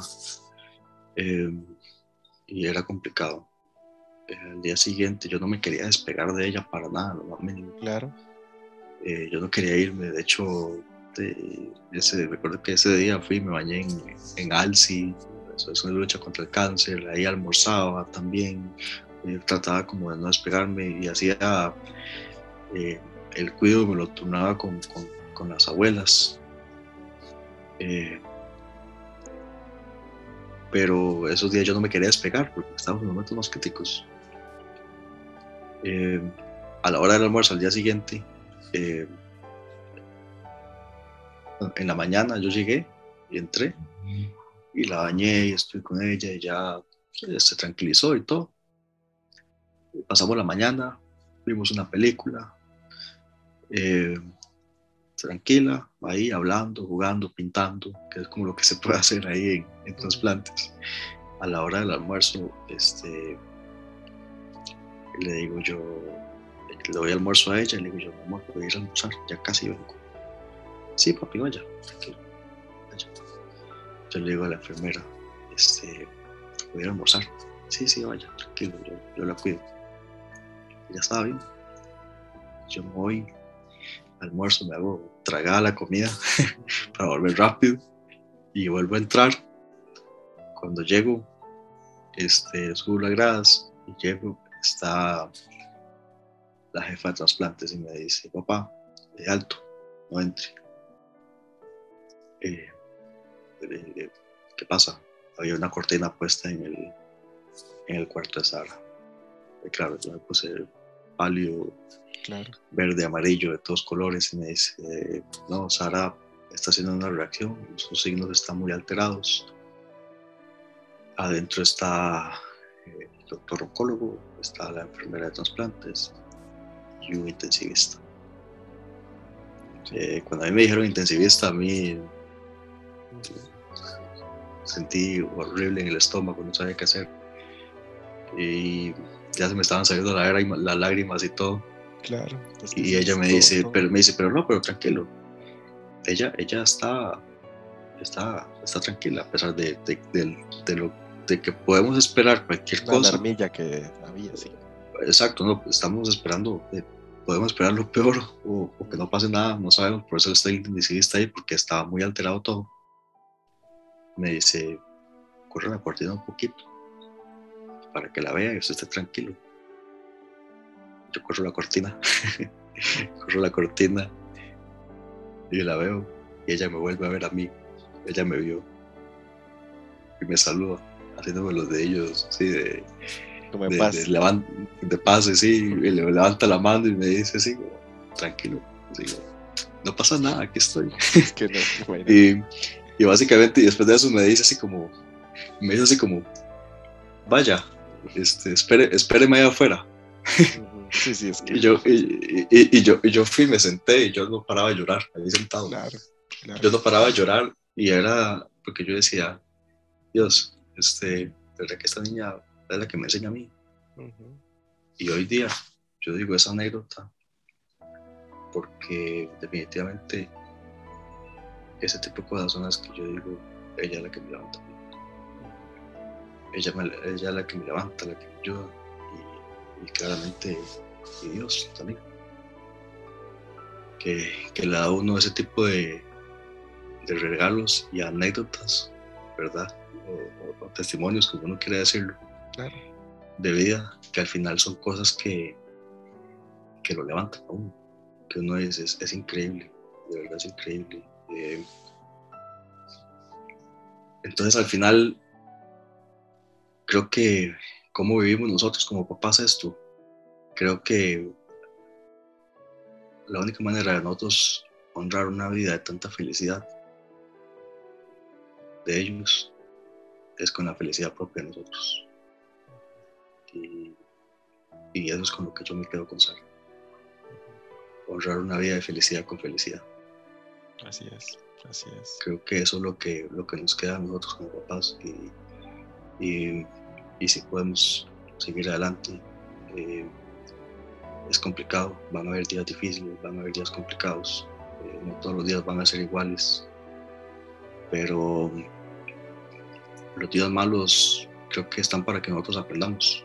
y era complicado. Al día siguiente yo no me quería despegar de ella para nada, lo más mínimo. Claro. Yo no quería irme, de hecho, recuerdo que ese día fui y me bañé en Alci, eso es una lucha contra el cáncer, ahí almorzaba también, trataba como de no despegarme y hacía El cuidado me lo turnaba con las abuelas. Pero esos días yo no me quería despegar porque estábamos en momentos más críticos. A la hora del almuerzo al día siguiente, en la mañana yo llegué y entré y la bañé y estuve con ella y ya se tranquilizó y todo. Pasamos la mañana, vimos una película, tranquila, ahí hablando, jugando, pintando, que es como lo que se puede hacer ahí en trasplantes. A la hora del almuerzo, le digo yo, le doy almuerzo a ella y le digo yo, amor, voy a ir a almorzar, ya casi vengo. Sí, papi, vaya, tranquilo, vaya. Yo le digo a la enfermera, voy a ir a almorzar. Sí, vaya, tranquilo, yo la cuido. Ya estaba bien. Yo me voy, almuerzo, me hago tragada la comida para volver rápido y vuelvo a entrar. Cuando llego, subo las gradas y llego, está la jefa de trasplantes y me dice, papá, de alto, no entre. ¿Qué pasa? Había una cortina puesta en el cuarto de Sara. Y claro, yo me puse pálido, claro, verde, amarillo, de todos colores, y me dice, no, Sara está haciendo una reacción, sus signos están muy alterados. Adentro está el doctor oncólogo, está la enfermera de trasplantes y un intensivista. Cuando a mí me dijeron intensivista, a mí sentí horrible en el estómago, no sabía qué hacer. Y ya se me estaban saliendo las lágrimas y todo. Claro. Y ella me dice, pero tranquilo. Ella está tranquila, a pesar de que podemos esperar cualquier cosa. La alarmilla que había, sí. Exacto, no, estamos esperando, podemos esperar lo peor o que no pase nada, no sabemos, por eso está el intensivista ahí, porque estaba muy alterado todo. Me dice, corre la cortina un poquito para que la vea y usted esté tranquilo. Yo corro la cortina y la veo y ella me vuelve a ver a mí. Ella me vio y me saluda haciéndome los de ellos, sí, de pase, sí, y le levanta la mano y me dice así, tranquilo, digo, no pasa nada, aquí estoy. Es que no, y básicamente, y después de eso me dice así como, vaya, espéreme ahí afuera. Sí, es que... y yo fui, me senté y yo no paraba de llorar, ahí sentado. Claro. Yo no paraba de llorar y era porque yo decía, Dios, ¿verdad que esta niña es la que me enseña a mí? Y hoy día yo digo esa anécdota porque definitivamente ese tipo de cosas son las que yo digo, ella es la que me levanta a mí. Ella es la que me levanta, la que me ayuda y claramente y Dios también que le da a uno ese tipo de regalos y anécdotas, ¿verdad? O testimonios, como uno quiere decirlo, claro, de vida, que al final son cosas que lo levantan a uno, que uno dice, es increíble, de verdad es increíble. Entonces al final creo que cómo vivimos nosotros como papás esto, creo que la única manera de nosotros honrar una vida de tanta felicidad de ellos es con la felicidad propia de nosotros. Y eso es con lo que yo me quedo con Sara. Honrar una vida de felicidad con felicidad. Así es. Creo que eso es lo que nos queda a nosotros como papás y si podemos seguir adelante. Es complicado, van a haber días difíciles, van a haber días complicados, no todos los días van a ser iguales, pero los días malos creo que están para que nosotros aprendamos.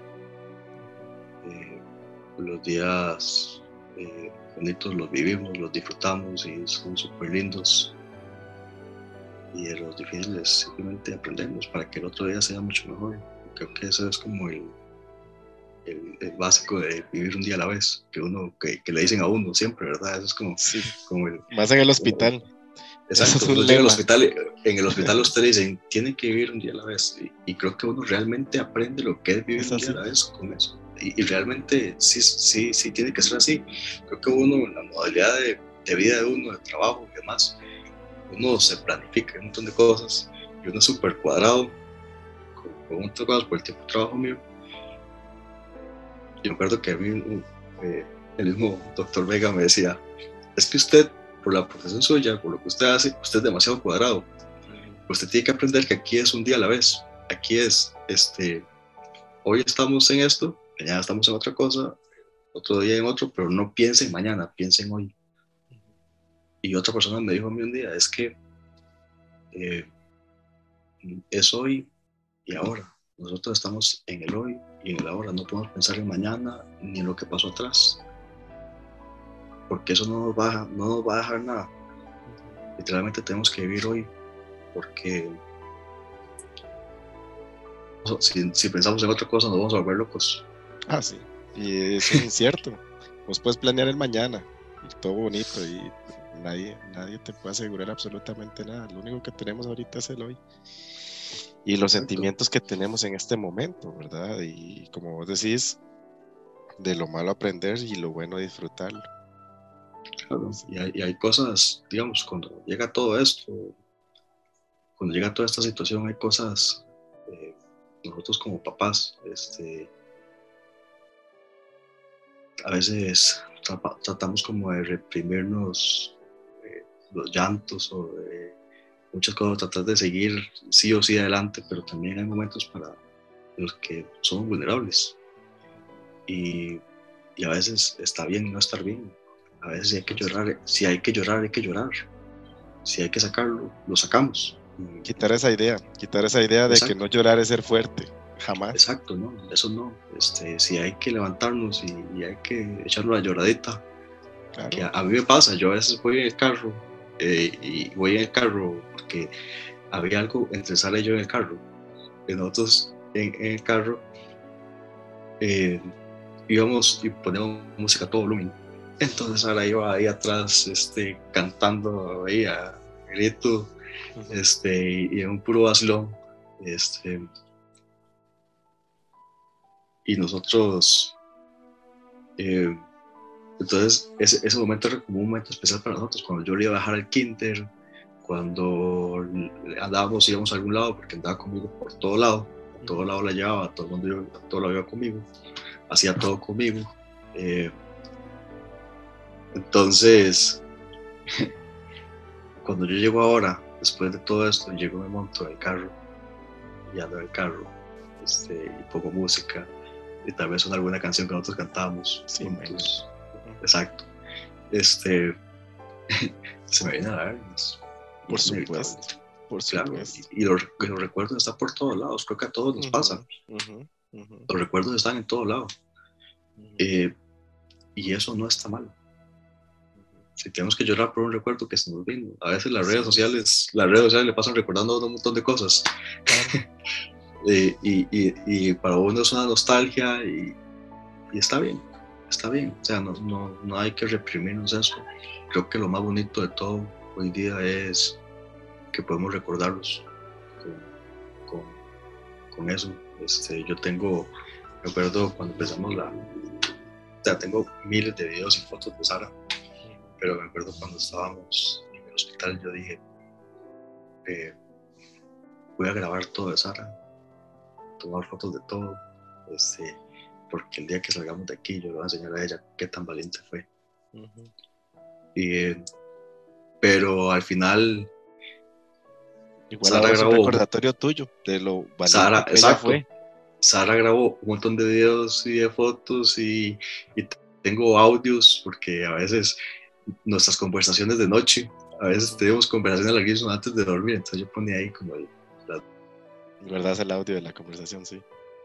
Los días bonitos los vivimos, los disfrutamos y son súper lindos. Y de los difíciles simplemente aprendemos para que el otro día sea mucho mejor. Creo que eso es como el básico de vivir un día a la vez, que le dicen a uno siempre, ¿verdad? Eso es como, Sí. como el... Más en el hospital. Exacto, Eso es un uno llega al lema. hospital, en el hospital usted le dicen, tiene que vivir un día a la vez, y creo que uno realmente aprende lo que es vivir Es un día así. a la vez con eso, y realmente sí tiene que ser así. Creo que uno, en la modalidad de vida de uno, de trabajo y demás, uno se planifica un montón de cosas, y uno es súper cuadrado, con un montón de cosas por el tiempo de trabajo mío. Yo me acuerdo que a mí el mismo doctor Vega me decía, es que usted, por la profesión suya, por lo que usted hace, usted es demasiado cuadrado. Usted tiene que aprender que aquí es un día a la vez. Aquí es, hoy estamos en esto, mañana estamos en otra cosa, otro día en otro, pero no piense en mañana, piense en hoy. Y otra persona me dijo a mí un día, es que es hoy y ahora. Nosotros estamos en el hoy y en el ahora. No podemos pensar en mañana ni en lo que pasó atrás, porque eso no nos va a dejar nada. Literalmente tenemos que vivir hoy, porque si pensamos en otra cosa nos vamos a volver locos. Ah, sí. Y es incierto. Vos puedes planear el mañana y todo bonito y nadie te puede asegurar absolutamente nada. Lo único que tenemos ahorita es el hoy. Y los Exacto. sentimientos que tenemos en este momento, ¿verdad? Y como vos decís, de lo malo aprender y lo bueno disfrutarlo. Claro, y hay cosas, digamos, cuando llega todo esto, cuando llega toda esta situación, hay cosas, nosotros como papás, a veces tratamos como de reprimirnos los llantos o de muchas cosas, tratar de seguir sí o sí adelante, pero también hay momentos para los que somos vulnerables y a veces está bien no estar bien. A veces si hay que llorar, hay que llorar. Si hay que sacarlo, lo sacamos. Quitar esa idea de que no llorar es ser fuerte, jamás. Exacto, no, eso no. Si hay que levantarnos y hay que echarnos la lloradita, claro. Que a mí me pasa, yo a veces voy en el carro y voy en el carro porque había algo entre Sara y yo en el carro. Y nosotros en el carro íbamos y poníamos música a todo volumen. Entonces Sara iba ahí atrás cantando ahí a grito y en un puro vacilón. Y nosotros entonces ese momento era como un momento especial para nosotros, cuando yo le iba a dejar al kinder, cuando íbamos a algún lado, porque andaba conmigo por todo lado, a todo lado la llevaba, a todo el mundo a todo lado iba conmigo, hacía todo conmigo. Entonces cuando yo llego ahora, después de todo esto, llego, me monto en el carro y ando en el carro y pongo música y tal vez una alguna canción que nosotros cantábamos juntos. Exacto. Se me viene a la lágrimas. Por supuesto. Claro, y los recuerdos están por todos lados, creo que a todos nos pasa. Los recuerdos están en todos lados. Y eso no está mal. Si tenemos que llorar por un recuerdo que se nos vino, a veces las redes sociales le pasan recordando a uno un montón de cosas. y para uno es una nostalgia y está bien, o sea, no hay que reprimirnos eso. Creo que lo más bonito de todo hoy día es que podemos recordarlos con eso. Me acuerdo cuando empezamos tengo miles de videos y fotos de Sara, pero me acuerdo cuando estábamos en el hospital, yo dije, voy a grabar todo de Sara, tomar fotos de todo, porque el día que salgamos de aquí yo le voy a enseñar a ella qué tan valiente fue. Pero al final igual Sara grabó un recordatorio tuyo de lo valiente que ella fue. Sara grabó un montón de videos y de fotos y tengo audios, porque a veces nuestras conversaciones de noche, a veces tenemos conversaciones larguísimas antes de dormir, entonces yo ponía ahí como ¿Guardas el audio de la conversación? Sí.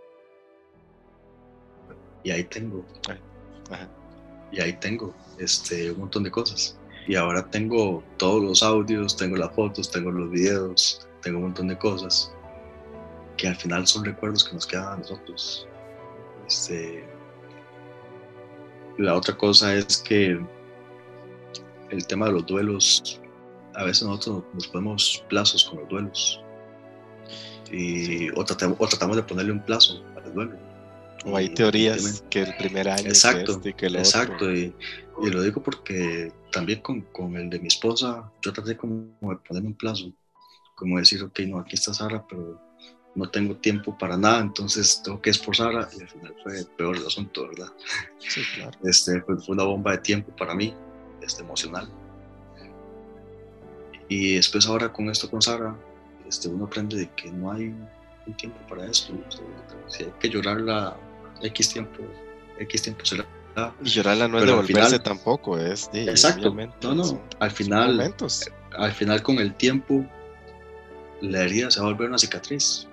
Y ahí tengo. Y ahí tengo un montón de cosas. Y ahora tengo todos los audios, tengo las fotos, tengo los videos, tengo un montón de cosas que al final son recuerdos que nos quedan a nosotros. Este, la otra cosa es que el tema de los duelos, a veces nosotros nos ponemos plazos con los duelos o tratamos de ponerle un plazo al duelo. O hay teorías que el primer año, exacto, y que el exacto, otro. Y lo digo porque también con el de mi esposa, yo traté como de ponerme un plazo, como decir, ok, no, aquí está Sara, pero no tengo tiempo para nada, entonces tengo que esforzarla, y al final fue peor el asunto, ¿verdad? Sí, claro. Fue una bomba de tiempo para mí, emocional. Y después ahora con esto con Sara, uno aprende de que no hay un tiempo para esto. Si hay que llorarla X tiempo será. Y llorarla no es devolverse tampoco, es exacto, obviamente. no, al final, momentos. Al final con el tiempo la herida se va a volver una cicatriz.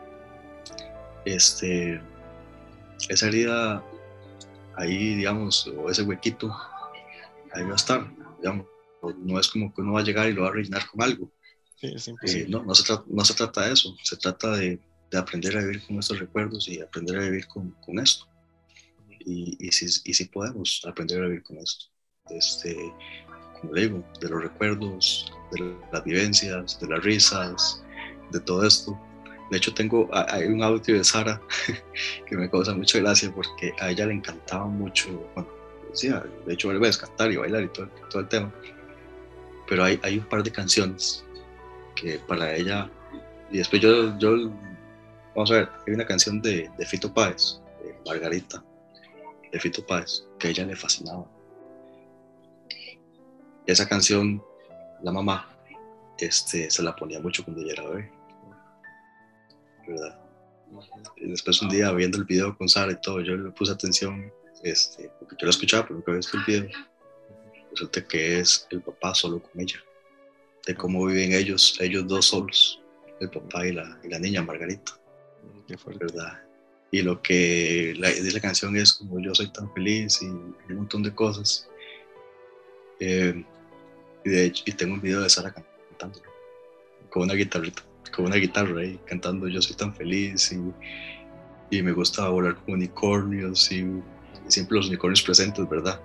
Esa herida ahí, digamos, o ese huequito, ahí va a estar, digamos. No es como que uno va a llegar y lo va a rellenar con algo. Sí, es imposible. No se trata de eso, se trata de aprender a vivir con estos recuerdos y aprender a vivir con esto. Y sí podemos aprender a vivir con esto. Como le digo, de los recuerdos, de las vivencias, de las risas, de todo esto. De hecho, hay un audio de Sara que me causa mucha gracia porque a ella le encantaba mucho, bueno, decía, de hecho, vuelve a cantar y bailar y todo el tema. Pero hay un par de canciones que para ella, y después yo vamos a ver, hay una canción de Fito Páez, de Margarita, de Fito Páez, que a ella le fascinaba. Esa canción, la mamá, se la ponía mucho cuando ella era bebé, ¿verdad? Y después un día viendo el video con Sara y todo, yo le puse atención, porque yo la escuchaba, pero nunca había visto el video. Resulta que es el papá solo con ella, de cómo viven ellos dos solos, el papá y la niña Margarita. Qué fuerte. ¿Verdad? Y lo que dice la canción es como yo soy tan feliz y un montón de cosas. Y de hecho, tengo un video de Sara cantando con una guitarra ahí, cantando yo soy tan feliz y me gusta volar con unicornios y siempre los unicornios presentes, ¿verdad?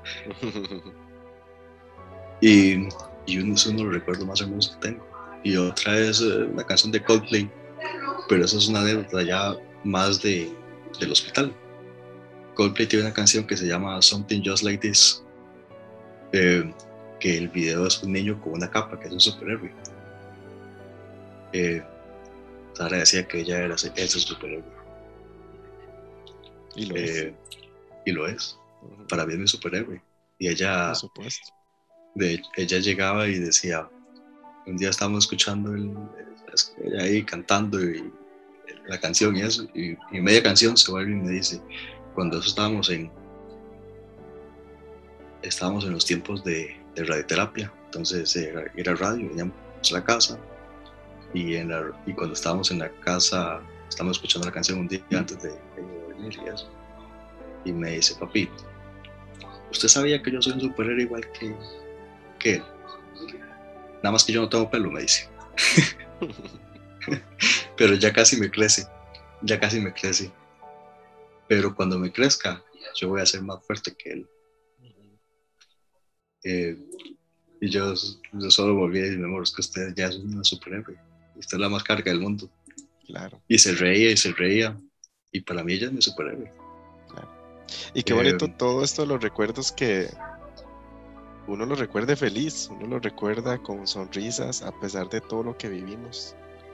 y uno es uno de los recuerdos más hermosos que tengo. Y otra es una canción de Coldplay, pero eso es una anécdota ya más del hospital. Coldplay tiene una canción que se llama Something Just Like This, que el video es un niño con una capa, que es un superhéroe. Sara decía que ella era ese superhéroe. Y lo es. Y lo es. Para mí es mi superhéroe. Y ella, por supuesto. Ella llegaba y decía, un día estábamos escuchando ella ahí cantando y la canción y eso, y media canción se vuelve y me dice, cuando eso estábamos en los tiempos de radioterapia, entonces era radio, veníamos a la casa y cuando estábamos en la casa estábamos escuchando la canción un día antes de venir y eso, y me dice, papi, ¿usted sabía que yo soy un superhéroe igual que él? Nada más que yo no tengo pelo, me dice. Pero ya casi me crece. Pero cuando me crezca, yo voy a ser más fuerte que él. Y yo solo volví a decir, mi amor, es que usted ya es una superhéroe. Usted es la más carga del mundo. Claro. Y se reía. Y para mí ella es mi superhéroe. Claro. Y qué bonito todo esto, los recuerdos que uno los recuerde feliz, uno los recuerda con sonrisas a pesar de todo lo que vivimos.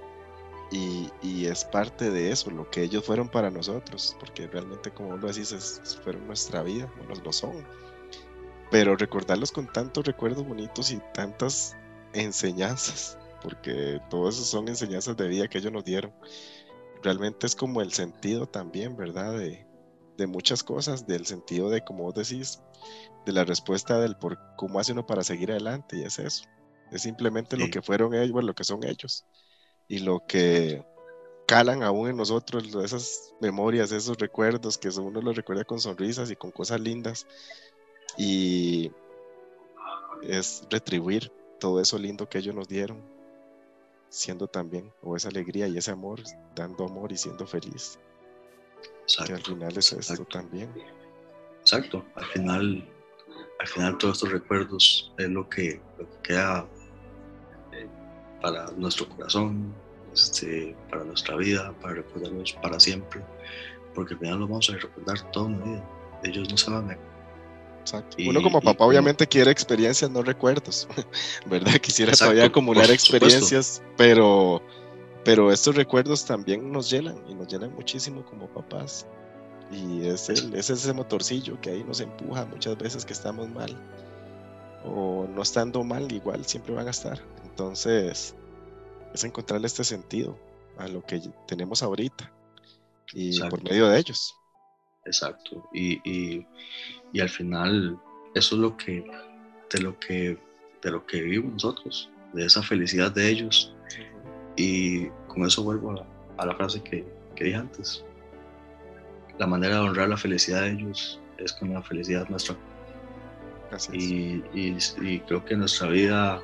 Y es parte de eso, lo que ellos fueron para nosotros, porque realmente, como vos lo decís, fueron nuestra vida, no lo son. Pero recordarlos con tantos recuerdos bonitos y tantas enseñanzas, porque todos esos son enseñanzas de vida que ellos nos dieron. Realmente es como el sentido también, ¿verdad? De muchas cosas, del sentido de, como vos decís, de la respuesta del por cómo hace uno para seguir adelante, y es eso. Es simplemente lo que fueron ellos, bueno, lo que son ellos. Y lo que calan aún en nosotros, esas memorias, esos recuerdos que uno los recuerda con sonrisas y con cosas lindas, y es retribuir todo eso lindo que ellos nos dieron, siendo también, o esa alegría y ese amor, dando amor y siendo feliz. Exacto, que al final es esto exacto, también. exacto. Al final todos estos recuerdos es lo que queda eh, para nuestro corazón, para nuestra vida, para recordarlos para siempre, porque al final los vamos a recordar toda una vida. Ellos no se van a... Exacto. Uno como Y papá como, obviamente quiere experiencias, no recuerdos, ¿verdad? Quisiera todavía exacto, por acumular supuesto, experiencias, pero estos recuerdos también nos llenan y nos llenan muchísimo como papás. Y es ese motorcillo que ahí nos empuja muchas veces que estamos mal o no estando mal, igual siempre van a estar. Entonces, es encontrarle este sentido a lo que tenemos ahorita y por exacto, medio de ellos. exacto. Y al final eso es de lo que, de lo que vivimos nosotros, de esa felicidad de ellos. Y con eso vuelvo a la frase que dije antes. La manera de honrar la felicidad de ellos es con la felicidad nuestra. Así es. Y creo que nuestra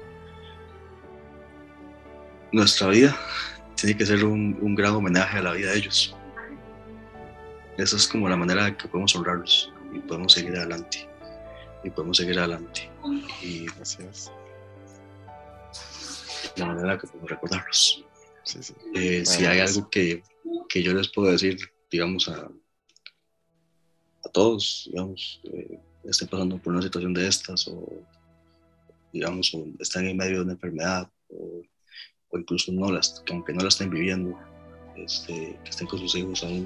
vida tiene que ser un gran homenaje a la vida de ellos. Esa es como la manera en que podemos honrarlos y podemos seguir adelante. Y podemos seguir adelante. Y Así es. la manera en que podemos recordarlos. Sí, sí. Si hay algo que yo les puedo decir, digamos, a todos, digamos, estén pasando por una situación de estas o, digamos, o están en medio de una enfermedad o incluso que aunque no la estén viviendo, que estén con sus hijos aún,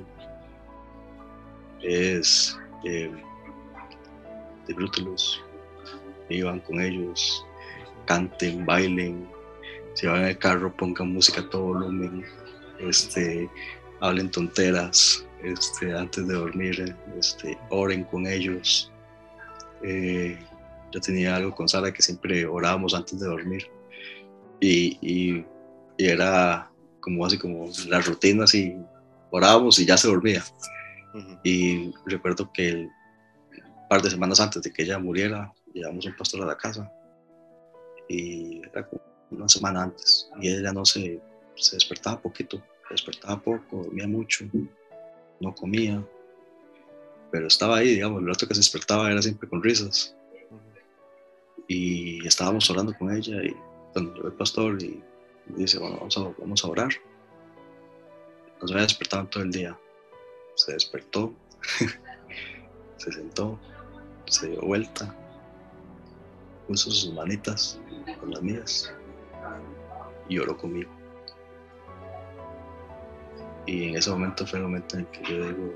es disfrútenlos, vivan con ellos, canten, bailen, si van en el carro pongan música a todo volumen, hablen tonteras antes de dormir, oren con ellos. Yo tenía algo con Sara que siempre orábamos antes de dormir y era como así como la rutina, así orábamos y ya se dormía. Y recuerdo que un par de semanas antes de que ella muriera llevamos un pastor a la casa y era como una semana antes y ella no se despertaba poquito, se despertaba poco, dormía mucho, no comía, pero estaba ahí, digamos, el rato que se despertaba era siempre con risas. Y estábamos orando con ella y bueno, llegó el pastor y dice, bueno, vamos a orar. No se había despertado en todo el día. Se despertó, se sentó, se dio vuelta, puso sus manitas con las mías y oró conmigo. Y en ese momento fue el momento en el que yo digo,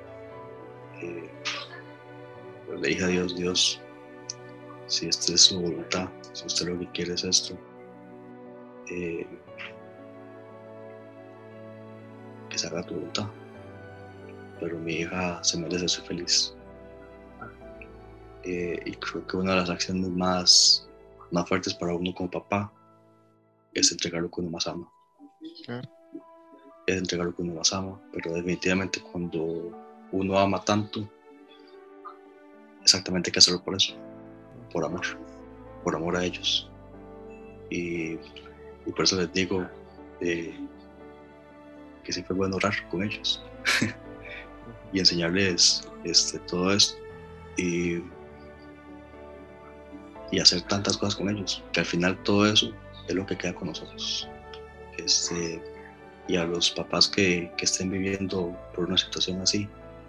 le dije a Dios, si esta es su voluntad, si usted lo que quiere es esto, que se haga tu voluntad. Pero mi hija se merece ser feliz. Y creo que una de las acciones más fuertes para uno como papá es entregar lo que uno más ama. Claro. Es entregar lo que uno más ama, pero definitivamente cuando uno ama tanto, exactamente hay que hacerlo por eso, por amor a ellos. Y por eso les digo que siempre es bueno orar con ellos y enseñarles todo esto y hacer tantas cosas con ellos, que al final todo eso es lo que queda con nosotros. Y a los papás que estén viviendo por una situación así,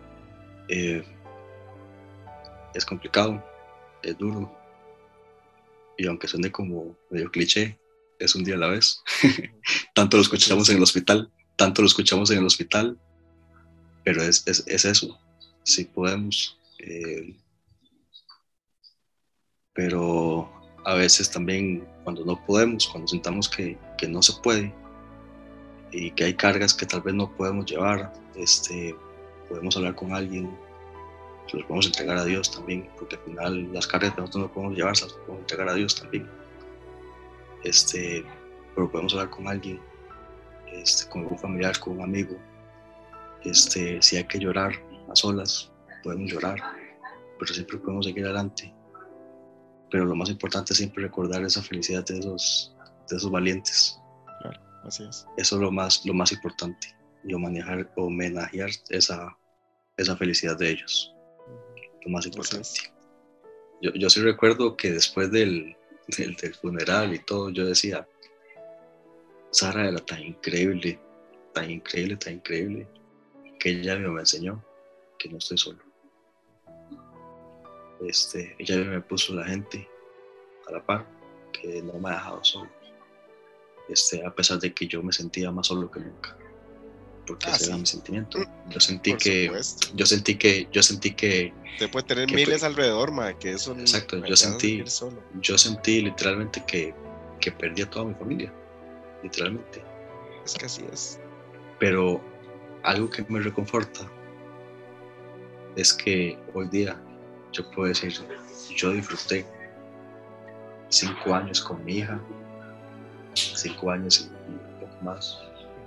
es complicado, es duro, y aunque suene como medio cliché, es un día a la vez. Tanto lo escuchamos en el hospital, pero es eso, sí podemos, pero a veces también cuando no podemos, cuando sintamos que no se puede y que hay cargas que tal vez no podemos llevar, podemos hablar con alguien, los podemos entregar a Dios también, porque al final las cargas que nosotros no podemos llevar, las podemos entregar a Dios también. Pero podemos hablar con alguien, con un familiar, con un amigo. Si hay que llorar a solas, podemos llorar, pero siempre podemos seguir adelante. Pero lo más importante es siempre recordar esa felicidad de esos valientes. Claro, así es. Eso es lo más importante, y homenajear esa esa felicidad de ellos, lo más importante. Entonces, Yo sí recuerdo que después del funeral y todo, yo decía, Sara era tan increíble, tan increíble, tan increíble, que ella me enseñó que no estoy solo. Ella me puso la gente a la par, que no me ha dejado solo, a pesar de que yo me sentía más solo que nunca, porque ese era mi sentimiento. Yo sentí que usted puede tener miles alrededor, que eso exacto, no yo sentí literalmente que perdí a toda mi familia, literalmente. Es que así es. Pero algo que me reconforta es que hoy día yo puedo decir, yo disfruté 5 años con mi hija, 5 años y un poco más,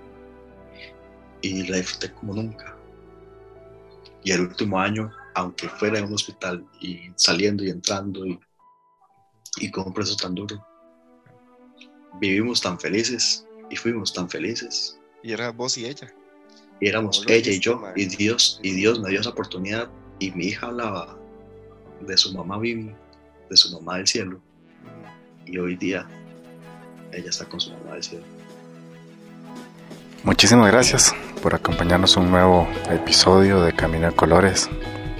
y la disfruté como nunca. Y el último año, aunque fuera en un hospital y saliendo y entrando y con un proceso tan duro, vivimos tan felices y fuimos tan felices. Y era vos y ella. Y éramos ella y yo, y Dios me dio esa oportunidad, y mi hija hablaba de su mamá Vivi, de su mamá del cielo, y hoy día ella está con su mamá del cielo. Muchísimas gracias por acompañarnos en un nuevo episodio de Camino de Colores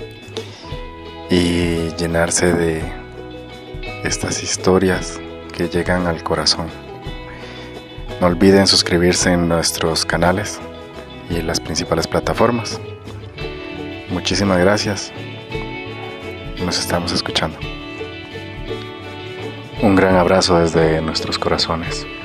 y llenarse de estas historias que llegan al corazón. No olviden suscribirse en nuestros canales y en las principales plataformas. Muchísimas gracias. Nos estamos escuchando. Un gran abrazo desde nuestros corazones.